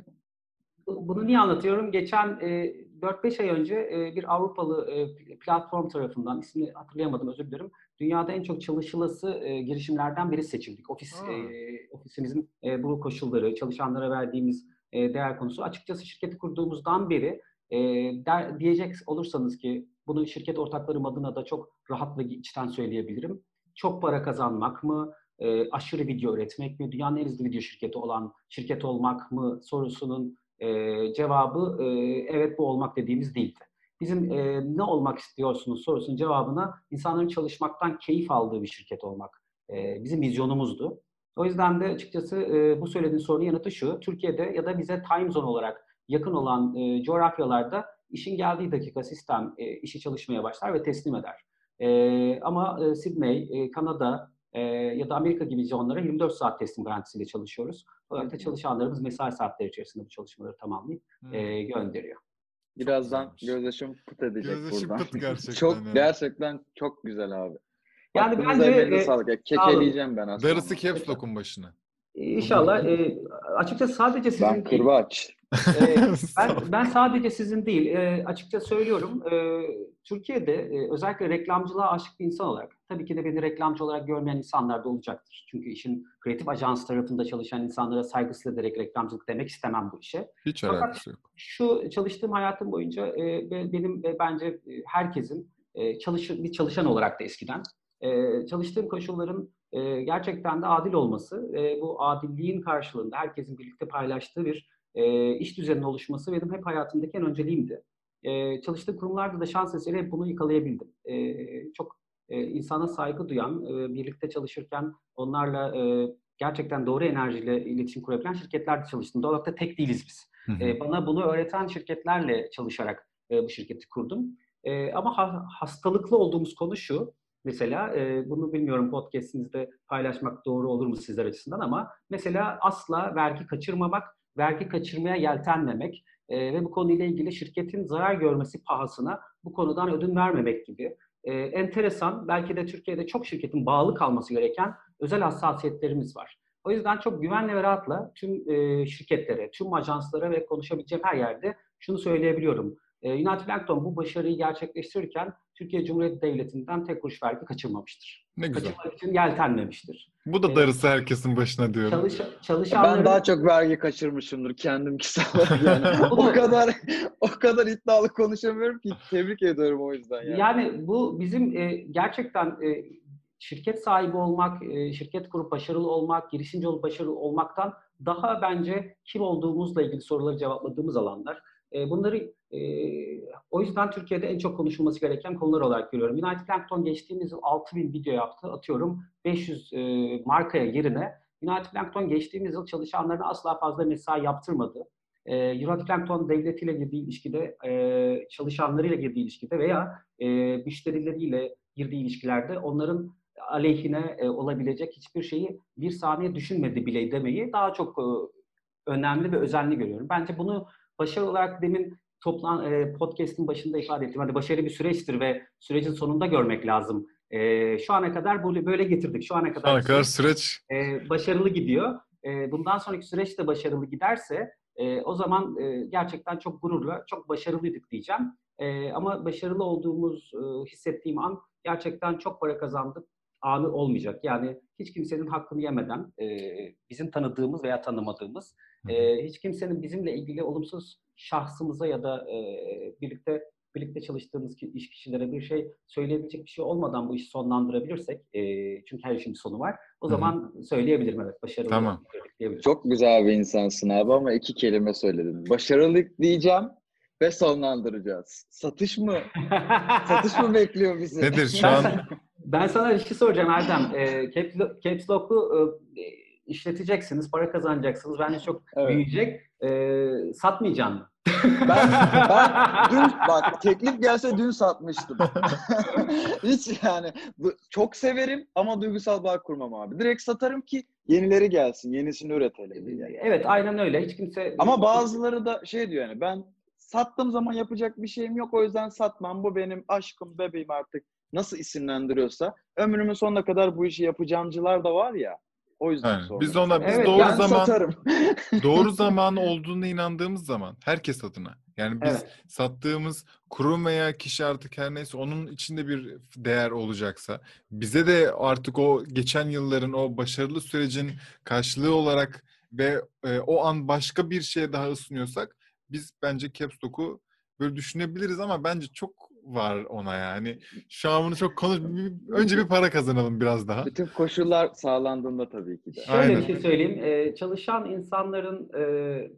Speaker 2: Bu- Bunu niye anlatıyorum? Geçen e, dört beş ay önce e, bir Avrupalı e, platform tarafından, ismini hatırlayamadım, özür dilerim. Dünyada en çok çalışılası e, girişimlerden biri seçildik. Ofis
Speaker 1: Aa.
Speaker 2: e, ofisimizin e, bu koşulları, çalışanlara verdiğimiz e, değer konusu. Açıkçası şirketi kurduğumuzdan beri e, der, diyecek olursanız ki bunu şirket ortaklarım adına da çok rahat ve içten söyleyebilirim. Çok para kazanmak mı? E, aşırı video üretmek mi? Dünyanın en hızlı video şirketi olan şirket olmak mı sorusunun e, cevabı e, evet bu olmak dediğimiz değildi. Bizim e, ne olmak istiyorsunuz sorusunun cevabına insanların çalışmaktan keyif aldığı bir şirket olmak e, bizim vizyonumuzdu. O yüzden de açıkçası e, bu söylediğin sorunun yanıtı şu: Türkiye'de ya da bize time zone olarak yakın olan e, coğrafyalarda işin geldiği dakika sistem e, işi çalışmaya başlar ve teslim eder. E, ama e, Sydney, e, Kanada e, ya da Amerika gibi zonlara yirmi dört saat teslim garantisiyle çalışıyoruz. Dolayısıyla çalışanlarımız mesai saatleri içerisinde bu çalışmaları tamamlayıp
Speaker 1: Hmm.
Speaker 2: e, gönderiyor.
Speaker 3: Birazdan
Speaker 1: güzelmiş.
Speaker 3: gözyaşım pıt edecek
Speaker 1: Gözyaşım
Speaker 3: buradan.
Speaker 1: pıt gerçekten
Speaker 3: Çok
Speaker 1: yani.
Speaker 3: gerçekten çok güzel abi.
Speaker 2: Yani
Speaker 3: Aklınıza
Speaker 2: bence,
Speaker 3: emeğinize
Speaker 2: e,
Speaker 3: sağlık. Ya,
Speaker 2: sağ olun.
Speaker 3: kekeleyeceğim ben aslında.
Speaker 1: Darısı Caps Lock'un başına.
Speaker 2: İnşallah. E, açıkçası sadece sizin
Speaker 3: Ben
Speaker 2: değil.
Speaker 3: kırbaç.
Speaker 2: E,
Speaker 1: Sağ ol.
Speaker 2: ben, ben sadece sizin değil. E, açıkça söylüyorum. E, Türkiye'de e, özellikle reklamcılığa aşık bir insan olarak, tabii ki de beni reklamcı olarak görmeyen insanlar da olacaktır. Çünkü işin kreatif ajans tarafında çalışan insanlara saygısız ederek reklamcılık demek istemem bu işe.
Speaker 1: Hiç
Speaker 2: Fakat
Speaker 1: alakası yok.
Speaker 2: şu çalıştığım hayatım boyunca e, benim ve bence e, herkesin e, çalışır, bir çalışan olarak da eskiden e, çalıştığım koşulların e, gerçekten de adil olması ve bu adilliğin karşılığında herkesin birlikte paylaştığı bir e, iş düzeninin oluşması benim hep hayatımdaki en önceliğimdi. E, çalıştığım kurumlarda da şans eseri hep bunu yakalayabildim. E, çok e, insana saygı duyan, e, birlikte çalışırken onlarla e, gerçekten doğru enerjiyle iletişim kurabilen şirketlerde çalıştım. Doğal olarak da tek değiliz biz.
Speaker 1: Hı hı.
Speaker 2: E, bana bunu öğreten şirketlerle çalışarak e, bu şirketi kurdum. E, ama ha, hastalıklı olduğumuz konu şu. Mesela e, bunu bilmiyorum podcast'inizde paylaşmak doğru olur mu sizler açısından ama mesela asla vergi kaçırmamak, vergi kaçırmaya yeltenmemek e, ve bu konuyla ilgili şirketin zarar görmesi pahasına bu konudan ödün vermemek gibi e, enteresan, belki de Türkiye'de çok şirketin bağlı kalması gereken özel hassasiyetlerimiz var. O yüzden çok güvenle ve rahatla tüm e, şirketlere, tüm ajanslara ve konuşabileceğim her yerde şunu söyleyebiliyorum. E, United Plankton bu başarıyı gerçekleştirirken Türkiye Cumhuriyeti Devleti'nden tek kuruş vergi kaçırmamıştır.
Speaker 1: Ne güzel.
Speaker 2: Kaçırmak için yeltenmemiştir.
Speaker 1: Bu da
Speaker 2: E,
Speaker 1: darısı herkesin başına diyorum.
Speaker 2: çalış,
Speaker 3: Ben
Speaker 2: çalışanların...
Speaker 3: daha çok vergi kaçırmışımdır kendim kişisel olarak yani. o
Speaker 2: Bunu-
Speaker 3: kadar o kadar iddialı konuşamıyorum ki tebrik ediyorum o yüzden yani.
Speaker 2: Yani bu bizim e, gerçekten e, şirket sahibi olmak, e, şirket kurup başarılı olmak, girişimci olup başarılı olmaktan daha bence kim olduğumuzla ilgili soruları cevapladığımız alanlar. E, bunları e, o yüzden Türkiye'de en çok konuşulması gereken konular olarak görüyorum. United Plankton geçtiğimiz yıl altı bin video yaptı. Atıyorum beş yüz e, markaya yerine United Plankton geçtiğimiz yıl çalışanlarına asla fazla mesai yaptırmadı. E, United Plankton devletiyle girdiği ilişkide, e, çalışanlarıyla girdiği ilişkide veya e, müşterileriyle girdiği ilişkilerde onların aleyhine e, olabilecek hiçbir şeyi bir saniye düşünmedi bile demeyi daha çok e, önemli ve özenli görüyorum. Bence bunu başarı olarak demin toplan e, podcast'in başında ifade ettim. Hani başarı bir süreçtir ve sürecin sonunda görmek lazım. E, şu ana kadar böyle, böyle getirdik. Şu ana kadar,
Speaker 1: Şu ana kadar süreç
Speaker 2: e, başarılı gidiyor. E, bundan sonraki süreç de başarılı giderse e, o zaman e, gerçekten çok gururla, çok başarılıydık diyeceğim. E, ama başarılı olduğumuz e, hissettiğim an gerçekten çok para kazandık anı olmayacak. Yani hiç kimsenin hakkını yemeden e, bizim tanıdığımız veya tanımadığımız e, hiç kimsenin bizimle ilgili olumsuz şahsımıza ya da e, birlikte birlikte çalıştığımız iş kişilere bir şey söyleyebilecek bir şey olmadan bu işi sonlandırabilirsek, e, çünkü her işin bir sonu var. O
Speaker 1: Hı hı.
Speaker 2: zaman söyleyebilirim, evet, başarılı
Speaker 1: Tamam.
Speaker 2: diyebilirim.
Speaker 3: Çok güzel bir insansın abi ama iki kelime söyledin. Başarılı diyeceğim ve sonlandıracağız. Satış mı? Satış mı bekliyor bizi?
Speaker 1: Nedir şu
Speaker 2: Ben,
Speaker 1: an?
Speaker 2: sa- ben sana bir şey soracağım Erdem. E, Caps, Lo- Caps Lock'u e, işleteceksiniz, para kazanacaksınız. Bence çok
Speaker 3: Evet.
Speaker 2: büyüyecek. E, satmayacaksın mı?
Speaker 3: Ben, ben dün bak teklif gelse dün satmıştım. Hiç yani bu- çok severim ama duygusal bağ kurmam abi. Direkt satarım ki yenileri gelsin, yenisini üretelim diye.
Speaker 2: Evet, aynen öyle. Hiç kimse...
Speaker 3: Ama bazıları da şey diyor yani ben sattığım zaman yapacak bir şeyim yok o yüzden satmam. Bu benim aşkım, bebeğim artık nasıl isimlendiriyorsa ömrümün sonuna kadar bu işi yapacağımcılar da var ya. O yüzden
Speaker 1: Yani
Speaker 3: sormak
Speaker 1: biz ona
Speaker 3: istedim.
Speaker 1: biz
Speaker 2: Evet,
Speaker 1: doğru
Speaker 3: ben
Speaker 1: zaman
Speaker 3: satarım.
Speaker 1: doğru zaman olduğuna inandığımız zaman herkes adına. Yani biz
Speaker 2: Evet.
Speaker 1: sattığımız kurum veya kişi artık her neyse onun içinde bir değer olacaksa bize de artık o geçen yılların o başarılı sürecin karşılığı olarak ve e, o an başka bir şeye daha ısınıyorsak biz bence Caps Lock'u böyle düşünebiliriz ama bence çok var ona yani. Şu an bunu çok konuş... Önce bir para kazanalım biraz daha.
Speaker 3: Bütün koşullar sağlandığında tabii ki de.
Speaker 2: Şöyle
Speaker 1: Aynen.
Speaker 2: bir şey söyleyeyim. Ee, çalışan insanların e,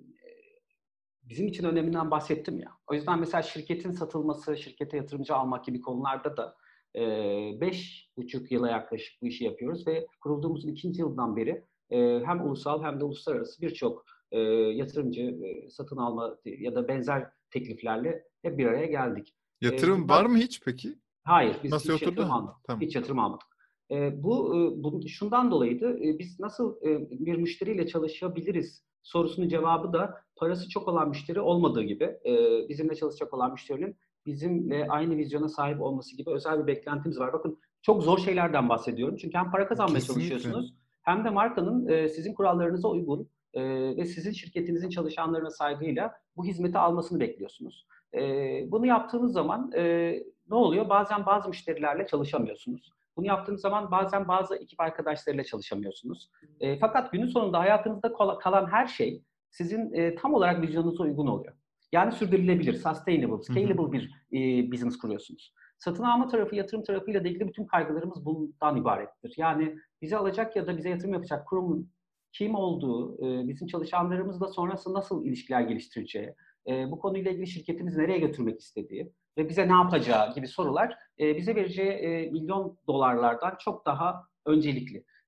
Speaker 2: bizim için öneminden bahsettim ya. O yüzden mesela şirketin satılması, şirkete yatırımcı almak gibi konularda da e, beş buçuk yıla yaklaşık bu işi yapıyoruz ve kurulduğumuzun ikinci yıldan beri e, hem ulusal hem de uluslararası birçok e, yatırımcı e, satın alma ya da benzer tekliflerle hep bir araya geldik. E,
Speaker 1: Yatırım
Speaker 2: bundan-
Speaker 1: var mı hiç peki?
Speaker 2: Hayır, biz
Speaker 1: Nasıl
Speaker 2: hiç
Speaker 1: oturdu?
Speaker 2: yatırım almadık.
Speaker 1: Tamam.
Speaker 2: Hiç yatırım almadık. E, bu, e, bu şundan dolayıydı. E, biz nasıl e, bir müşteriyle çalışabiliriz sorusunun cevabı da parası çok olan müşteri olmadığı gibi e, bizimle çalışacak olan müşterinin bizimle aynı vizyona sahip olması gibi özel bir beklentimiz var. Bakın çok zor şeylerden bahsediyorum. Çünkü hem para kazanmaya
Speaker 1: Kesinlikle.
Speaker 2: çalışıyorsunuz hem de markanın e, sizin kurallarınıza uygun e, ve sizin şirketinizin çalışanlarına saygıyla bu hizmeti almasını bekliyorsunuz. E, bunu yaptığınız zaman e, ne oluyor? Bazen bazı müşterilerle çalışamıyorsunuz. Bunu yaptığınız zaman bazen bazı ekip arkadaşlarıyla çalışamıyorsunuz. E, fakat günün sonunda hayatınızda kalan her şey sizin e, tam olarak vizyonunuza uygun oluyor. Yani sürdürülebilir, sustainable, scalable bir e, business kuruyorsunuz. Satın alma tarafı, yatırım tarafıyla da ilgili bütün kaygılarımız bundan ibarettir. Yani bize alacak ya da bize yatırım yapacak kurumun kim olduğu, e, bizim çalışanlarımızla sonrası nasıl ilişkiler geliştireceği, e, bu konuyla ilgili şirketimiz nereye götürmek istediği ve bize ne yapacağı gibi sorular e, bize vereceği e, milyon dolarlardan çok daha öncelikli.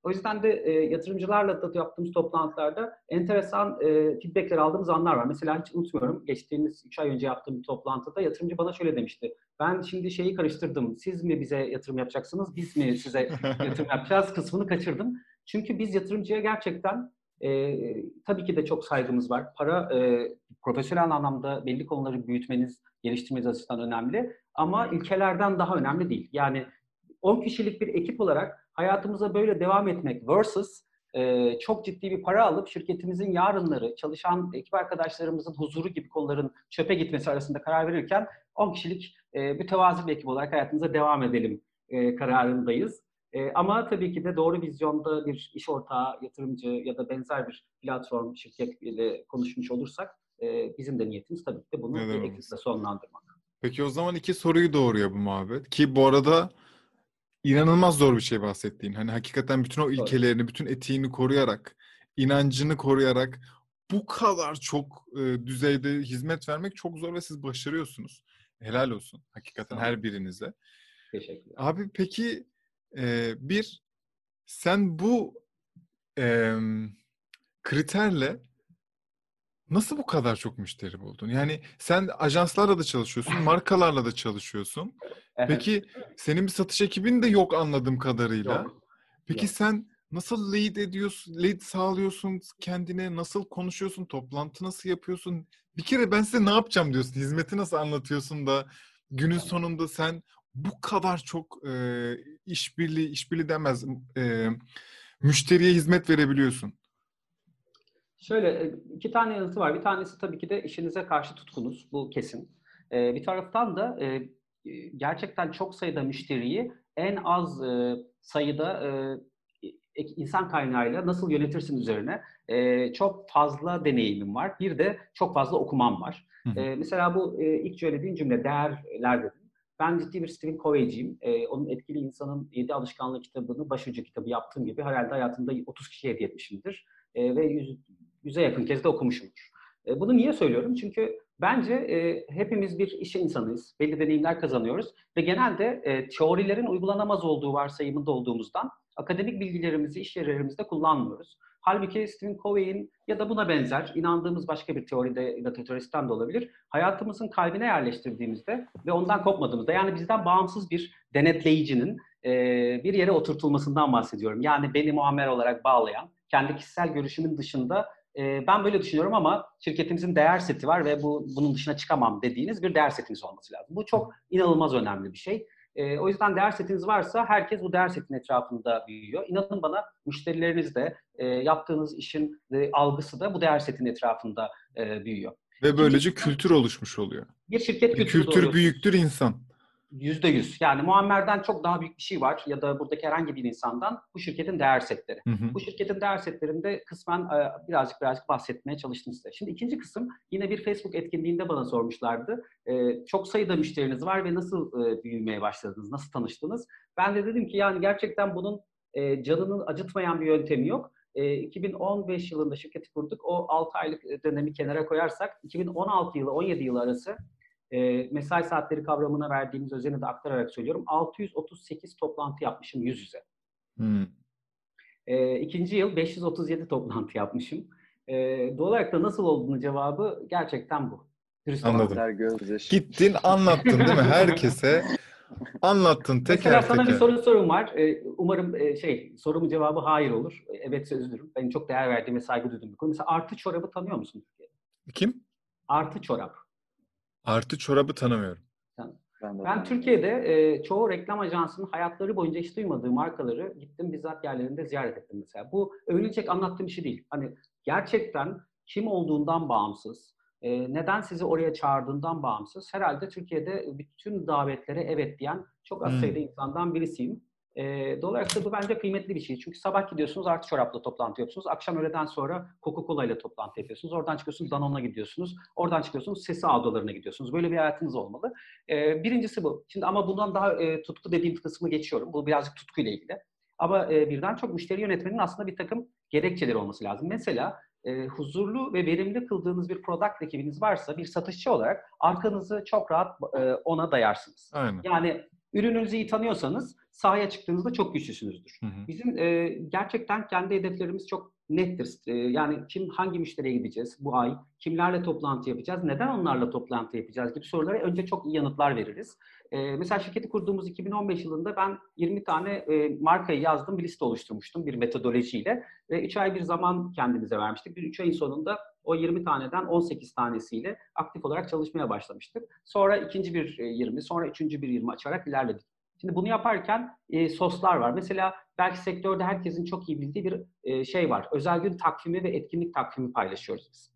Speaker 2: O yüzden de e, yatırımcılarla da yaptığımız toplantılarda enteresan e, feedbackler aldığımız anlar var. Mesela hiç unutmuyorum, geçtiğimiz üç ay önce yaptığım bir toplantıda yatırımcı bana şöyle demişti. Ben şimdi şeyi karıştırdım. Siz mi bize yatırım yapacaksınız, biz mi size yatırım yapacağız kısmını kaçırdım. Çünkü biz yatırımcıya gerçekten e, tabii ki de çok saygımız var. Para e, profesyonel anlamda belli konuları büyütmeniz, geliştirmeniz açısından önemli. Ama ilkelerden daha önemli değil. Yani on kişilik bir ekip olarak hayatımıza böyle devam etmek versus e, çok ciddi bir para alıp şirketimizin yarınları, çalışan ekip arkadaşlarımızın huzuru gibi konuların çöpe gitmesi arasında karar verirken on kişilik e, mütevazi bir ekip olarak hayatımıza devam edelim e, kararındayız. E, ama tabii ki de doğru vizyonda bir iş ortağı, yatırımcı ya da benzer bir platform, şirket ile konuşmuş olursak e, bizim de niyetimiz tabii ki de bunu bir ekiple sonlandırmak.
Speaker 1: Peki o zaman iki soruyu doğuruyor bu muhabbet. Ki bu arada İnanılmaz zor bir şey bahsettiğin. Hani hakikaten bütün o ilkelerini, bütün etiğini koruyarak, inancını koruyarak bu kadar çok e, düzeyde hizmet vermek çok zor ve siz başarıyorsunuz. Helal olsun hakikaten her birinize.
Speaker 2: Teşekkürler.
Speaker 1: Abi peki e, bir, sen bu e, kriterle nasıl bu kadar çok müşteri buldun? Yani sen ajanslarla da çalışıyorsun, markalarla da çalışıyorsun.
Speaker 2: Evet.
Speaker 1: Peki senin bir satış ekibin de yok anladığım kadarıyla.
Speaker 2: Yok.
Speaker 1: Peki
Speaker 2: Yok.
Speaker 1: sen nasıl lead ediyorsun, lead sağlıyorsun kendine, nasıl konuşuyorsun, toplantı nasıl yapıyorsun? Bir kere ben size ne yapacağım diyorsun, hizmeti nasıl anlatıyorsun da günün sonunda sen bu kadar çok e, işbirliği, işbirliği demez, e, müşteriye hizmet verebiliyorsun.
Speaker 2: Şöyle iki tane yanıtı var. Bir tanesi tabii ki de işinize karşı tutkunuz. Bu kesin. Ee, bir taraftan da e, gerçekten çok sayıda müşteriyi en az e, sayıda e, insan kaynağıyla nasıl yönetirsin üzerine e, çok fazla deneyimim var. Bir de çok fazla okumam var. E, mesela bu e, ilk söylediğin cümle değerler dedim. Ben ciddi bir Stephen Covey'ciyim. E, onun Etkili İnsanın Yedi Alışkanlığı kitabını başucu kitabı yaptığım gibi herhalde hayatımda otuz kişiye hediye etmişimdir. E, ve yüz, yüze yakın kez de okumuşumdur. E, bunu niye söylüyorum? Çünkü bence e, hepimiz bir iş insanıyız. Belli deneyimler kazanıyoruz. Ve genelde e, teorilerin uygulanamaz olduğu varsayımında olduğumuzdan akademik bilgilerimizi iş yerlerimizde kullanmıyoruz. Halbuki Stephen Covey'in ya da buna benzer inandığımız başka bir teoride, teoristten de olabilir, hayatımızın kalbine yerleştirdiğimizde ve ondan kopmadığımızda, yani bizden bağımsız bir denetleyicinin e, bir yere oturtulmasından bahsediyorum. Yani beni muammer olarak bağlayan, kendi kişisel görüşümün dışında e, ben böyle düşünüyorum ama şirketimizin değer seti var ve bu bunun dışına çıkamam dediğiniz bir değer setiniz olması lazım. Bu çok inanılmaz önemli bir şey. E, o yüzden değer setiniz varsa herkes bu değer setinin etrafında büyüyor. İnanın bana, müşterileriniz de e, yaptığınız işin e, algısı da bu değer setinin etrafında e, büyüyor.
Speaker 1: Ve böylece İkinci, kültür oluşmuş oluyor.
Speaker 2: Bir şirket kültürü
Speaker 1: kültür
Speaker 2: doğuyorsunuz.
Speaker 1: büyüktür insan.
Speaker 2: Yüzde yüz. Yani Muammer'den çok daha büyük bir şey var ya da buradaki herhangi bir insandan bu şirketin değer setleri. Hı hı. Bu şirketin değer setlerinde kısmen birazcık birazcık bahsetmeye çalıştım size. Şimdi ikinci kısım, yine bir Facebook etkinliğinde bana sormuşlardı. Ee, çok sayıda müşteriniz var ve nasıl e, büyümeye başladınız, nasıl tanıştınız? Ben de dedim ki yani gerçekten bunun e, canını acıtmayan bir yöntemi yok. E, iki bin on beş yılında şirketi kurduk. O altı aylık dönemi kenara koyarsak iki bin on altı yılı on yedi yılı arası E, mesai saatleri kavramına verdiğimiz özeni de aktararak söylüyorum. altı yüz otuz sekiz toplantı yapmışım yüz yüze. Hmm. E, ikinci yıl beş yüz otuz yedi toplantı yapmışım. E, doğal olarak da nasıl olduğunu cevabı gerçekten bu.
Speaker 1: Dürüst Anladım. Gittin anlattın değil mi? Herkese anlattın teker
Speaker 2: Mesela
Speaker 1: teker.
Speaker 2: sana bir soru sorum var. E, umarım e, şey sorumun cevabı hayır olur. E, evetse üzülürüm. Benim çok değer verdiğim ve saygı duyduğum bir konu. Mesela Artı Çorap'ı tanıyor musun Türkiye'de?
Speaker 1: Kim?
Speaker 2: Artı Çorap.
Speaker 1: Artı Çorap'ı tanımıyorum.
Speaker 2: Yani, ben, ben Türkiye'de e, çoğu reklam ajansının hayatları boyunca hiç duymadığı markaları gittim bizzat yerlerinde ziyaret ettim mesela. Bu övünecek anlattığım bir şey değil. Hani gerçekten kim olduğundan bağımsız, e, neden sizi oraya çağırdığından bağımsız. Herhalde Türkiye'de bütün davetlere evet diyen çok az hmm. sayıda insandan birisiyim. E, dolayısıyla bu bence kıymetli bir şey. Çünkü sabah gidiyorsunuz Artı Çorap'la toplantı yapıyorsunuz. Akşam öğleden sonra Coca-Cola ile toplantı yapıyorsunuz. Oradan çıkıyorsunuz Danone'a gidiyorsunuz. Oradan çıkıyorsunuz Sesi Ağdalarına gidiyorsunuz. Böyle bir hayatınız olmalı. E, birincisi bu. Şimdi ama bundan daha e, tutku dediğim kısmı geçiyorum. Bu birazcık tutkuyla ilgili. Ama e, birden çok müşteri yönetmenin aslında bir takım gerekçeleri olması lazım. Mesela e, huzurlu ve verimli kıldığınız bir product ekibiniz varsa bir satışçı olarak arkanızı çok rahat e, ona dayarsınız.
Speaker 1: Aynen.
Speaker 2: Yani Ürününüzü iyi tanıyorsanız sahaya çıktığınızda çok güçlüsünüzdür.
Speaker 1: Hı hı.
Speaker 2: Bizim e, gerçekten kendi hedeflerimiz çok nettir. E, yani kim hangi müşteriye gideceğiz bu ay, kimlerle toplantı yapacağız, neden onlarla toplantı yapacağız gibi sorulara önce çok iyi yanıtlar veririz. E, mesela şirketi kurduğumuz iki bin on beş yılında ben yirmi tane e, markayı yazdım, bir liste oluşturmuştum bir metodolojiyle ve üç ay bir zaman kendimize vermiştik. Biz üç ayın sonunda o yirmi taneden on sekiz tanesiyle aktif olarak çalışmaya başlamıştık. Sonra ikinci bir yirmi, sonra üçüncü bir yirmi açarak ilerledik. Şimdi bunu yaparken e, soslar var. Mesela belki sektörde herkesin çok iyi bildiği bir e, şey var. Özel gün takvimi ve etkinlik takvimi paylaşıyoruz biz.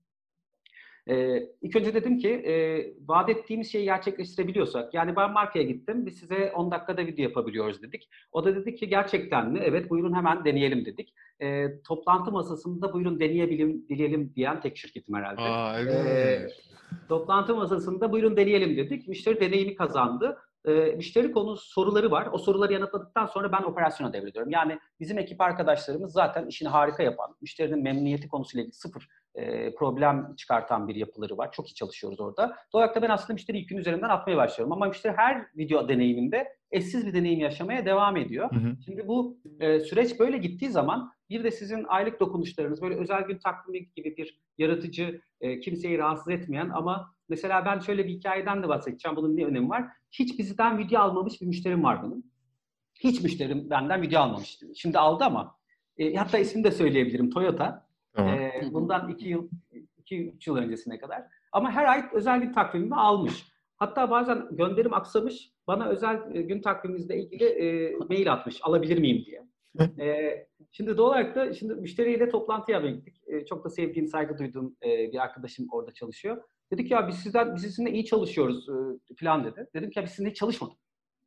Speaker 2: Ee, ilk önce dedim ki e, vaat ettiğimiz şeyi gerçekleştirebiliyorsak, yani ben markaya gittim, biz size on dakikada video yapabiliyoruz dedik. O da dedi ki gerçekten mi? Evet, buyurun hemen deneyelim dedik. E, toplantı masasında buyurun deneyelim diyelim diyen tek şirketim herhalde.
Speaker 1: Aa,
Speaker 2: E,
Speaker 1: evet.
Speaker 2: toplantı masasında buyurun deneyelim dedik. Müşteri deneyimi kazandı. E, müşteri konu soruları var. O soruları yanıtladıktan sonra ben operasyona devrediyorum. Yani bizim ekip arkadaşlarımız zaten işini harika yapan, müşterinin memnuniyeti konusuyla ilgili sıfır e, problem çıkartan bir yapıları var. Çok iyi çalışıyoruz orada. Doğal olarak da ben aslında müşteri yükünün üzerinden atmaya başlıyorum. Ama müşteri her video deneyiminde eşsiz bir deneyim yaşamaya devam ediyor.
Speaker 1: Hı hı.
Speaker 2: Şimdi bu e, süreç böyle gittiği zaman bir de sizin aylık dokunuşlarınız, böyle özel gün takvimi gibi bir yaratıcı, e, kimseyi rahatsız etmeyen ama mesela ben şöyle bir hikayeden de bahsedeceğim. Bunun ne önemi var? Hiç bizden video almamış bir müşterim var benim. Hiç müşterim benden video almamıştı. Şimdi aldı ama e, hatta ismini de söyleyebilirim. Toyota.
Speaker 1: Tamam.
Speaker 2: E, bundan iki yıl, iki üç yıl öncesine kadar. Ama her ay özel gün takvimimi almış. Hatta bazen gönderim aksamış. Bana özel gün takvimimizle ilgili e, mail atmış. Alabilir miyim diye. E, şimdi doğal olarak da şimdi müşteriyle toplantı yapmaya gittik. E, çok da sevdiğim, saygı duyduğum e, bir arkadaşım orada çalışıyor. Dedik ya biz sizden, biz sizinle iyi çalışıyoruz e, falan dedi. Dedim ki ya biz sizinle hiç çalışmadık.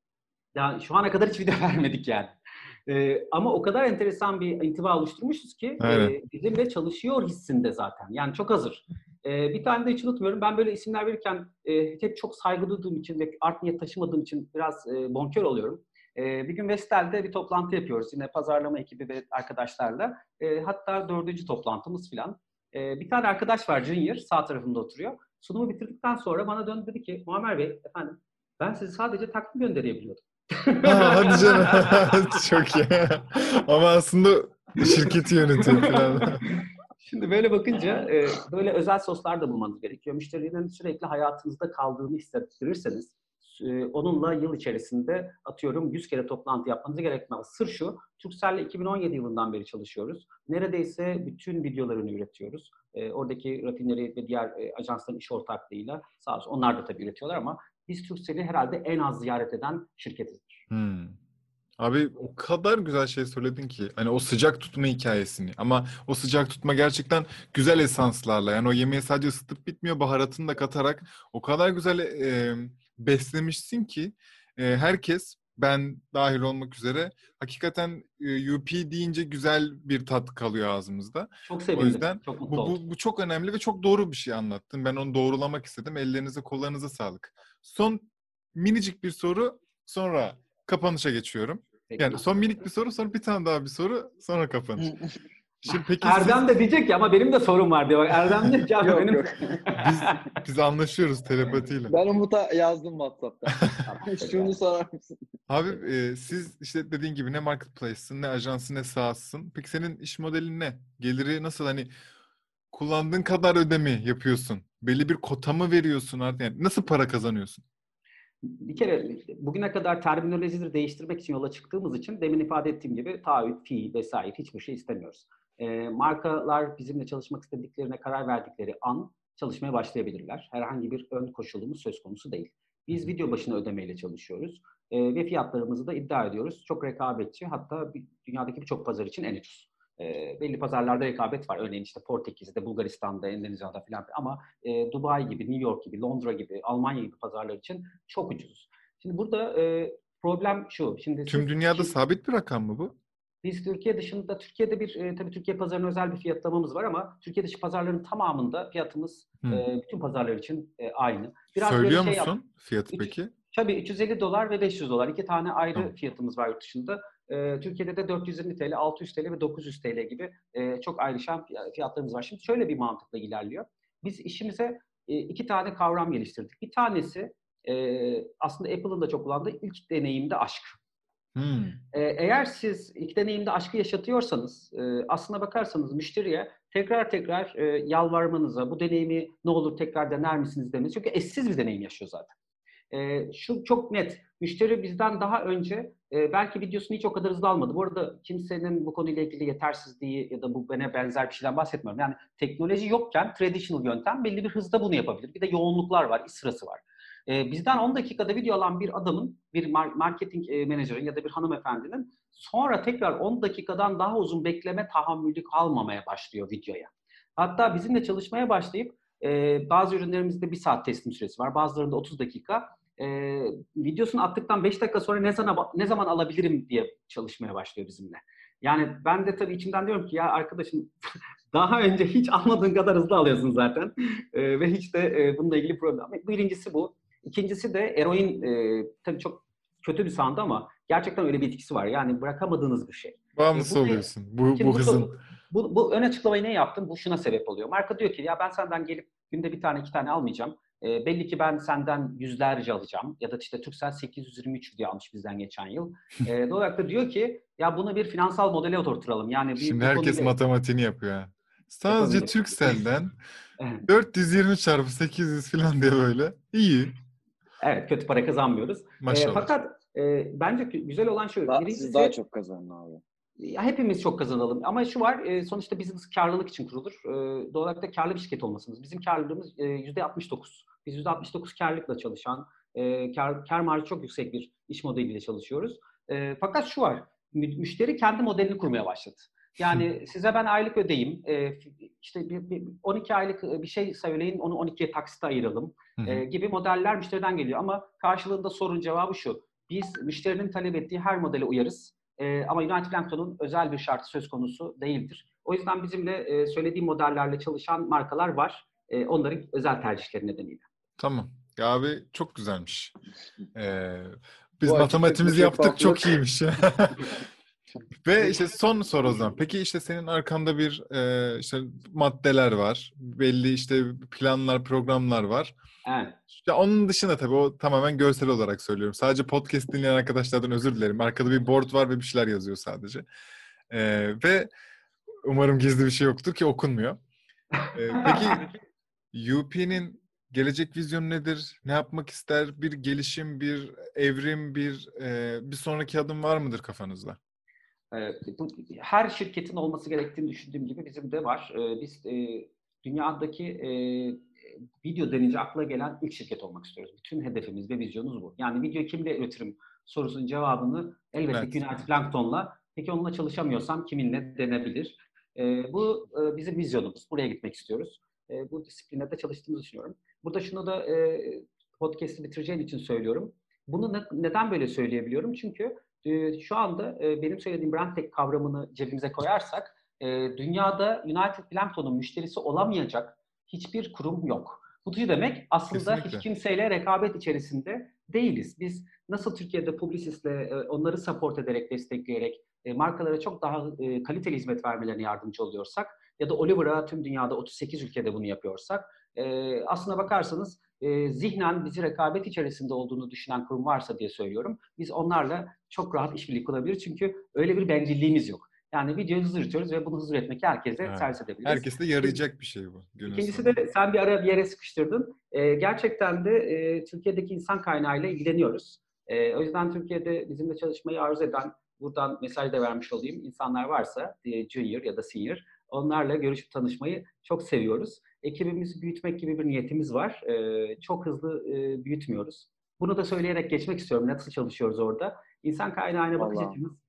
Speaker 2: Yani şu ana kadar hiç video vermedik yani. Ee, ama o kadar enteresan bir intiba oluşturmuşuz ki e, bizimle çalışıyor hissinde zaten. Yani çok hazır. Ee, bir tane de hiç unutmuyorum. Ben böyle isimler verirken e, hep çok saygı duyduğum için ve art niyet taşımadığım için biraz e, bonkör oluyorum. E, bir gün Vestel'de bir toplantı yapıyoruz. Yine pazarlama ekibi ve arkadaşlarla. E, hatta dördüncü toplantımız falan. E, bir tane arkadaş var Junior. Sağ tarafımda oturuyor. Sunumu bitirdikten sonra bana döndü dedi ki Muammer Bey, efendim ben sizi sadece takvim gönderebiliyordum.
Speaker 1: Ha, hadi canım. Çok iyi. Ama aslında şirketi yönetiyor falan.
Speaker 2: Şimdi böyle bakınca e, böyle özel soslar da bulmanız gerekiyor. Müşterinin sürekli hayatınızda kaldığını hissettirirseniz e, onunla yıl içerisinde atıyorum yüz kere toplantı yapmanızı gerekmez. Sır şu, Turkcell'le iki bin on yedi yılından beri çalışıyoruz. Neredeyse bütün videolarını üretiyoruz. E, oradaki rafineri ve diğer e, ajansların iş ortaklığıyla sağ olsun onlar da tabii üretiyorlar ama biz Turkcell'i herhalde en az ziyaret eden şirketiz.
Speaker 1: Hmm. Abi o kadar güzel şey söyledin ki hani o sıcak tutma hikayesini ama o sıcak tutma gerçekten güzel esanslarla yani o yemeği sadece ısıtıp bitmiyor baharatını da katarak o kadar güzel e, beslemişsin ki e, herkes ben dahil olmak üzere hakikaten e, U P deyince güzel bir tat kalıyor ağzımızda.
Speaker 2: Çok
Speaker 1: O
Speaker 2: sevindim,
Speaker 1: yüzden
Speaker 2: çok mutlu
Speaker 1: bu,
Speaker 2: oldum.
Speaker 1: bu, bu çok önemli ve çok doğru bir şey anlattın. Ben onu doğrulamak istedim. Ellerinize kollarınıza sağlık. Son minicik bir soru sonra kapanışa geçiyorum.
Speaker 2: Peki.
Speaker 1: Yani son minik bir soru, sonra bir tane daha bir soru, sonra kapanış. Şimdi peki
Speaker 2: Erdem
Speaker 1: siz...
Speaker 2: de diyecek ki ama benim de sorum var diyor. Bak Erdem diyecek ki ama
Speaker 3: Yok
Speaker 2: benim...
Speaker 3: yok.
Speaker 1: Biz, biz anlaşıyoruz telepatiyle.
Speaker 3: Ben Umut'a yazdım WhatsApp'tan. Şunu sorar mısın?
Speaker 1: Abi e, siz işte dediğin gibi ne marketplace'sın, ne ajansın, ne SaaS'sın. Peki senin iş modelin ne? Geliri nasıl hani kullandığın kadar ödeme yapıyorsun? Belli bir kota mı veriyorsun artık? Yani nasıl para kazanıyorsun?
Speaker 2: Bir kere bugüne kadar terminolojileri değiştirmek için yola çıktığımız için demin ifade ettiğim gibi taahhüt, fee vesaire hiçbir şey istemiyoruz. E, markalar bizimle çalışmak istediklerine karar verdikleri an çalışmaya başlayabilirler. Herhangi bir ön koşulumuz söz konusu değil. Biz video başına ödemeyle çalışıyoruz e, ve fiyatlarımızı da iddia ediyoruz. Çok rekabetçi, hatta bir, dünyadaki birçok pazar için en ucuz. E, belli pazarlarda rekabet var. Örneğin işte Portekiz'de, Bulgaristan'da, Endonezya'da falan ama e, Dubai gibi, New York gibi, Londra gibi, Almanya gibi pazarlar için çok ucuz. Şimdi burada e, problem şu. Şimdi
Speaker 1: Tüm
Speaker 2: siz,
Speaker 1: dünyada
Speaker 2: şimdi,
Speaker 1: sabit bir rakam mı bu?
Speaker 2: biz Türkiye dışında, Türkiye'de bir, e, tabii Türkiye pazarına özel bir fiyatlamamız var ama Türkiye dışı pazarların tamamında fiyatımız
Speaker 1: Hmm.
Speaker 2: e, bütün pazarlar için e, aynı. Biraz
Speaker 1: Söylüyor
Speaker 2: böyle şey
Speaker 1: musun
Speaker 2: yap,
Speaker 1: fiyatı
Speaker 2: üç,
Speaker 1: peki?
Speaker 2: tabii üç yüz elli dolar ve beş yüz dolar. İki tane ayrı
Speaker 1: Tamam.
Speaker 2: fiyatımız var yurt dışında. E, Türkiye'de de dört yüz yirmi TL, altı yüz TL ve dokuz yüz TL gibi e, çok ayrışan fiyatlarımız var. Şimdi şöyle bir mantıkla ilerliyor. Biz işimize e, iki tane kavram geliştirdik. Bir tanesi e, aslında Apple'ın da çok kullandığı ilk deneyimde aşk.
Speaker 1: Hmm.
Speaker 2: E, eğer siz ilk deneyimde aşkı yaşatıyorsanız, e, aslına bakarsanız müşteriye tekrar tekrar e, yalvarmanıza, bu deneyimi ne olur tekrar dener misiniz demeniz. Çünkü eşsiz bir deneyim yaşıyor zaten. E, şu çok net, müşteri bizden daha önce e, belki videosunu hiç o kadar hızlı almadı. Bu arada kimsenin bu konuyla ilgili yetersizliği ya da bu bana benzer bir şeyden bahsetmiyorum. Yani teknoloji yokken traditional yöntem belli bir hızda bunu yapabilir. Bir de yoğunluklar var, iş sırası var. E, bizden on dakikada video alan bir adamın, bir marketing e, menajerin ya da bir hanımefendinin sonra tekrar on dakikadan daha uzun bekleme tahammülü kalmamaya başlıyor videoya. Hatta bizimle çalışmaya başlayıp e, bazı ürünlerimizde bir saat teslim süresi var, bazılarında otuz dakika. E, videosunu attıktan beş dakika sonra ne zaman, ne zaman alabilirim diye çalışmaya başlıyor bizimle. Yani ben de tabii içimden diyorum ki ya arkadaşım daha önce hiç almadığın kadar hızlı alıyorsun zaten e, ve hiç de e, bununla ilgili problem. Birincisi bu. İkincisi de eroin e, tabii çok kötü bir sandı ama gerçekten öyle bir etkisi var. Yani bırakamadığınız bir şey.
Speaker 1: Bağımlısı
Speaker 2: E, bu
Speaker 1: oluyorsun bu,
Speaker 2: Şimdi
Speaker 1: bu
Speaker 2: bu,
Speaker 1: hızın.
Speaker 2: bu, bu ön açıklamayı ne yaptım? Bu şuna sebep oluyor. Marka diyor ki ya ben senden gelip günde bir tane iki tane almayacağım. E, belli ki ben senden yüzlerce alacağım. Ya da işte Turkcell sekiz yüz yirmi üç video almış bizden geçen yıl. E, doğal olarak da diyor ki ya bunu bir finansal modele oturturalım. Yani bir,
Speaker 1: Şimdi
Speaker 2: bu
Speaker 1: herkes
Speaker 2: konuyla
Speaker 1: matematiğini yapıyor yani. Sadece
Speaker 2: yapabilir.
Speaker 1: Turkcell'den dört yüz yirmi çarpı sekiz yüz falan diye böyle. İyi.
Speaker 2: Evet, kötü para kazanmıyoruz. E,
Speaker 1: Maşallah.
Speaker 2: fakat e, bence güzel olan şu.
Speaker 3: Daha,
Speaker 2: Birincisi,
Speaker 3: siz daha çok kazanın abi.
Speaker 2: Ya hepimiz çok kazanalım. Ama şu var, e, sonuçta business karlılık için kurulur. E, doğal olarak da karlı bir şirket olmasınız. Bizim karlılığımız e, yüzde altmış dokuz. Biz yüzde altmış dokuz karlılıkla çalışan, e, kar, kar marjı çok yüksek bir iş modeliyle çalışıyoruz. E, fakat şu var, mü, müşteri kendi modelini kurmaya başladı. Yani size ben aylık ödeyeyim, e, işte bir, bir on iki aylık bir şey söyleyin, onu on ikiye taksite ayıralım e, gibi modeller müşteriden geliyor. Ama karşılığında sorun cevabı şu, biz müşterinin talep ettiği her modele uyarız. Ee, ama United Plankton'un özel bir şartı söz konusu değildir. O yüzden bizimle e, söylediğim modellerle çalışan markalar var. E, onların özel tercihleri nedeniyle.
Speaker 1: Tamam. Ya abi çok güzelmiş. Ee, biz
Speaker 3: Bu açıklık, bu
Speaker 1: matematiğimizi yaptık, çok
Speaker 3: şeffaflık.
Speaker 1: iyiymiş. Ve işte son soru o zaman. Peki işte senin arkanda bir e, işte maddeler var. Belli işte planlar, programlar var.
Speaker 2: Evet.
Speaker 1: Ya onun dışında tabii o tamamen görsel olarak söylüyorum. Sadece podcast dinleyen arkadaşlardan özür dilerim. Arkada bir board var ve bir şeyler yazıyor sadece. Ee, ve umarım gizli bir şey yoktur ki okunmuyor. Ee, peki U P'nin gelecek vizyonu nedir? Ne yapmak ister? Bir gelişim, bir evrim, bir e, bir sonraki adım var mıdır kafanızda?
Speaker 2: E, bu, her şirketin olması gerektiğini düşündüğüm gibi bizim de var. E, biz e, dünyadaki e, video denince akla gelen ilk şirket olmak istiyoruz. Bütün hedefimiz ve vizyonumuz bu. Yani video kimle üretirim sorusunun cevabını elbette
Speaker 1: Evet.
Speaker 2: ki United Plankton'la, peki onunla çalışamıyorsam kiminle denebilir. E, bu e, bizim vizyonumuz. Buraya gitmek istiyoruz. E, bu disiplinlerde çalıştığımızı düşünüyorum. Burada şunu da e, podcast'i bitireceğim için söylüyorum. Bunu ne, neden böyle söyleyebiliyorum? Çünkü e, şu anda e, benim söylediğim brand tech kavramını cebimize koyarsak e, dünyada United Plankton'un müşterisi olamayacak hiçbir kurum yok. Bu şu demek, aslında
Speaker 1: Kesinlikle.
Speaker 2: hiç kimseyle rekabet içerisinde değiliz. Biz nasıl Türkiye'de Publicis'le e, onları support ederek, destekleyerek e, markalara çok daha e, kaliteli hizmet vermelerine yardımcı oluyorsak ya da Oliver'a tüm dünyada otuz sekiz ülkede bunu yapıyorsak, e, aslına bakarsanız e, zihnen bizi rekabet içerisinde olduğunu düşünen kurum varsa diye söylüyorum. Biz onlarla çok rahat işbirliği kurabiliriz çünkü öyle bir bencilliğimiz yok. Yani videoyu hızlı üretiyoruz ve bunu hızlı üretmek herkese
Speaker 1: Evet.
Speaker 2: servis edebiliriz.
Speaker 1: Herkese yarayacak bir şey bu. Günün
Speaker 2: İkincisi
Speaker 1: sonunda.
Speaker 2: de sen bir ara bir yere sıkıştırdın. Ee, gerçekten de e, Türkiye'deki insan kaynağıyla ilgileniyoruz. E, o yüzden Türkiye'de bizimle çalışmayı arzu eden, buradan mesaj da vermiş olayım, insanlar varsa e, junior ya da senior, onlarla görüşüp tanışmayı çok seviyoruz. Ekibimizi büyütmek gibi bir niyetimiz var. E, çok hızlı e, büyütmüyoruz. Bunu da söyleyerek geçmek istiyorum. Nasıl çalışıyoruz orada? İnsan kaynağına bakış
Speaker 3: Vallahi.
Speaker 2: açımız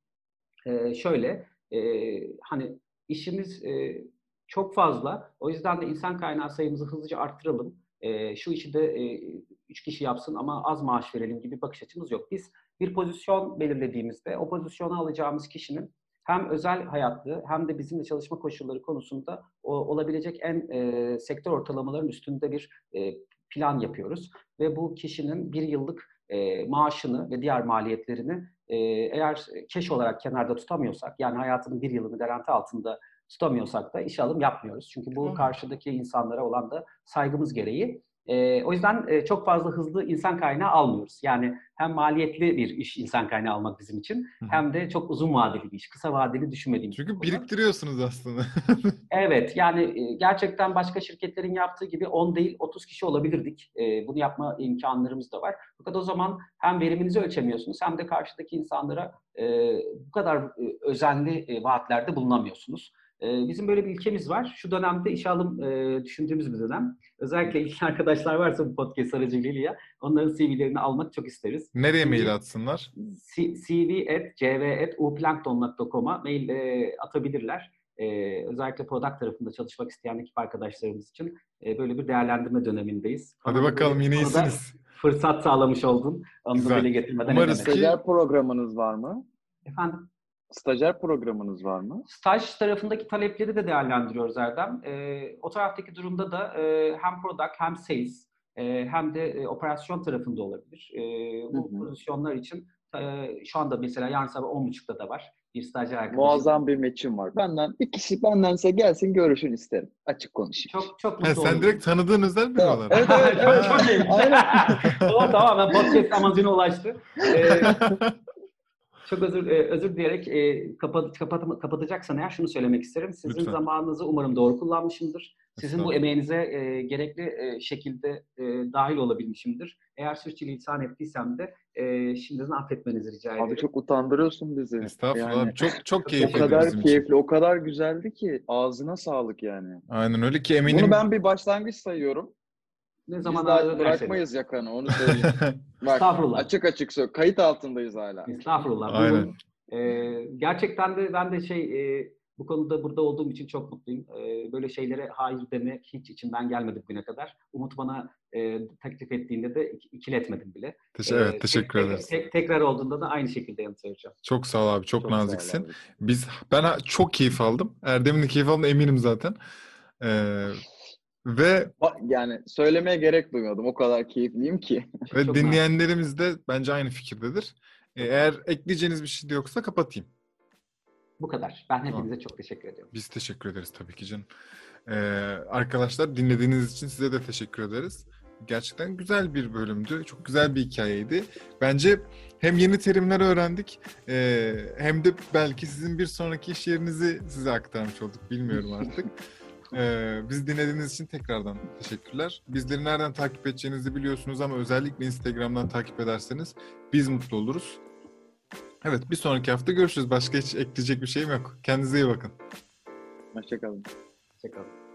Speaker 2: e, şöyle, e, hani işimiz e, çok fazla. O yüzden de insan kaynağı sayımızı hızlıca arttıralım. E, şu işi de e, üç kişi yapsın ama az maaş verelim gibi bakış açımız yok. Biz bir pozisyon belirlediğimizde o pozisyonu alacağımız kişinin hem özel hayatı hem de bizimle çalışma koşulları konusunda o, olabilecek en e, sektör ortalamaların üstünde bir e, plan yapıyoruz. Ve bu kişinin bir yıllık e, maaşını ve diğer maliyetlerini e, eğer cash olarak kenarda tutamıyorsak, yani hayatının bir yılını garanti altında tutamıyorsak da işe alım yapmıyoruz. Çünkü bu karşıdaki insanlara olan da saygımız gereği. E, o yüzden e, çok fazla hızlı insan kaynağı almıyoruz. Yani hem maliyetli bir iş insan kaynağı almak bizim için
Speaker 1: Hı hı.
Speaker 2: hem de çok uzun vadeli bir iş. Kısa vadeli düşünmediğimiz bir
Speaker 1: Çünkü
Speaker 2: konu.
Speaker 1: biriktiriyorsunuz aslında.
Speaker 2: Evet, yani e, gerçekten başka şirketlerin yaptığı gibi on değil otuz kişi olabilirdik. E, bunu yapma imkanlarımız da var. Fakat o zaman hem veriminizi ölçemiyorsunuz hem de karşıdaki insanlara e, bu kadar e, özenli e, vaatlerde bulunamıyorsunuz. E, bizim böyle bir ilkemiz var. Şu dönemde işe alım e, düşündüğümüz bir dönem. Özellikle ilk arkadaşlar varsa bu podcast aracılığıyla onların C V'lerini almak çok isteriz.
Speaker 1: Nereye
Speaker 2: C V
Speaker 1: mail atsınlar?
Speaker 2: c v at c v at u plankton nokta com'a mail e, atabilirler. Ee, özellikle product tarafında çalışmak isteyen ekip arkadaşlarımız için e, böyle bir değerlendirme dönemindeyiz.
Speaker 1: Hadi
Speaker 2: Bana da
Speaker 1: bakalım,
Speaker 2: böyle
Speaker 1: yine
Speaker 2: konuda
Speaker 1: iyisiniz.
Speaker 2: fırsat sağlamış oldun. Onu da
Speaker 1: Güzel.
Speaker 2: dile getirmeden
Speaker 1: Umarız
Speaker 2: edemedim.
Speaker 1: ki-
Speaker 3: Stajyer programınız var mı?
Speaker 2: Efendim,
Speaker 3: Stajyer programınız var mı?
Speaker 2: staj tarafındaki talepleri de değerlendiriyoruz Erdem. Ee, o taraftaki durumda da e, hem product hem sales e, hem de e, operasyon tarafında olabilir. E, bu
Speaker 3: Hı hı.
Speaker 2: pozisyonlar için e, şu anda mesela yarın sabah on buçukta da var bir stajyer arkadaşım.
Speaker 3: Muazzam bir meçhim var. Benden bir kişi bendense gelsin görüşün isterim. Açık konuşayım.
Speaker 2: Çok çok
Speaker 1: Ha,
Speaker 2: mutlu
Speaker 1: sen
Speaker 2: olurum.
Speaker 1: direkt tanıdığın özel biri
Speaker 3: Tamam.
Speaker 1: olarak.
Speaker 3: Evet evet evet.
Speaker 2: Çok iyi.
Speaker 3: Aynen.
Speaker 2: Tamam tamamen podcast amacına ulaştı. Ee, çok özür e, özür dileyerek e, kapat, kapat, kapatacaksan eğer şunu söylemek isterim. Sizin
Speaker 1: Lütfen.
Speaker 2: zamanınızı umarım doğru kullanmışımdır. Sizin bu
Speaker 1: Estağfurullah.
Speaker 2: emeğinize e, gerekli e, şekilde e, dahil olabilmişimdir. Eğer sürçülisan ettiysem de e, şimdiden affetmenizi rica ederim.
Speaker 3: Abi çok utandırıyorsun bizi.
Speaker 1: Estağfurullah
Speaker 3: Yani
Speaker 1: abi. Çok çok
Speaker 3: o
Speaker 1: keyifli
Speaker 3: kadar
Speaker 1: bizim için.
Speaker 3: keyifli, o kadar güzeldi ki ağzına sağlık yani.
Speaker 1: Aynen öyle ki eminim.
Speaker 3: Bunu ben bir başlangıç sayıyorum.
Speaker 2: Ne
Speaker 3: Biz
Speaker 2: zaman
Speaker 3: daha
Speaker 2: arada dönerseniz.
Speaker 3: bırakmayız yakanı, onu söyleyeyim. Bak,
Speaker 2: Estağfurullah.
Speaker 3: açık açık söyle. Kayıt altındayız hala.
Speaker 2: Estağfurullah.
Speaker 1: Aynen.
Speaker 2: Buyurun. Ee, gerçekten de ben de şey e, bu konuda burada olduğum için çok mutluyum. Ee, böyle şeylere hayır demek hiç içimden gelmedi bugüne kadar. Umut bana e, teklif ettiğinde de ik- ikiletmedim bile.
Speaker 1: Teşekkür,
Speaker 2: Ee,
Speaker 1: evet, teşekkür
Speaker 2: tek-
Speaker 1: ederiz.
Speaker 2: tek- tekrar olduğunda da aynı şekilde yanıt vereceğim.
Speaker 1: Çok sağ ol abi. Çok,
Speaker 3: Çok sağ ol
Speaker 1: naziksin.
Speaker 3: abi.
Speaker 1: Biz ben ha- çok keyif aldım. Erdem'in de keyif aldığına eminim zaten. Ee, ve
Speaker 3: Bak, yani söylemeye gerek duymuyordum. O kadar keyifliyim ki.
Speaker 1: ve
Speaker 2: Çok
Speaker 1: dinleyenlerimiz de bence aynı fikirdedir. Ee, eğer ekleyeceğiniz bir şey de yoksa kapatayım.
Speaker 2: Bu kadar. Ben hepinize çok teşekkür ediyorum.
Speaker 1: Biz teşekkür ederiz tabii ki canım. Ee, arkadaşlar dinlediğiniz için size de teşekkür ederiz. Gerçekten güzel bir bölümdü. Çok güzel bir hikayeydi. Bence hem yeni terimler öğrendik e, hem de belki sizin bir sonraki iş yerinizi size aktarmış olduk. Bilmiyorum artık. Ee, bizi dinlediğiniz için tekrardan teşekkürler. Bizleri nereden takip edeceğinizi biliyorsunuz ama özellikle Instagram'dan takip ederseniz biz mutlu oluruz. Evet, bir sonraki hafta görüşürüz. Başka hiç ekleyecek bir şeyim yok. Kendinize iyi bakın.
Speaker 3: Hoşçakalın.
Speaker 2: Hoşçakalın.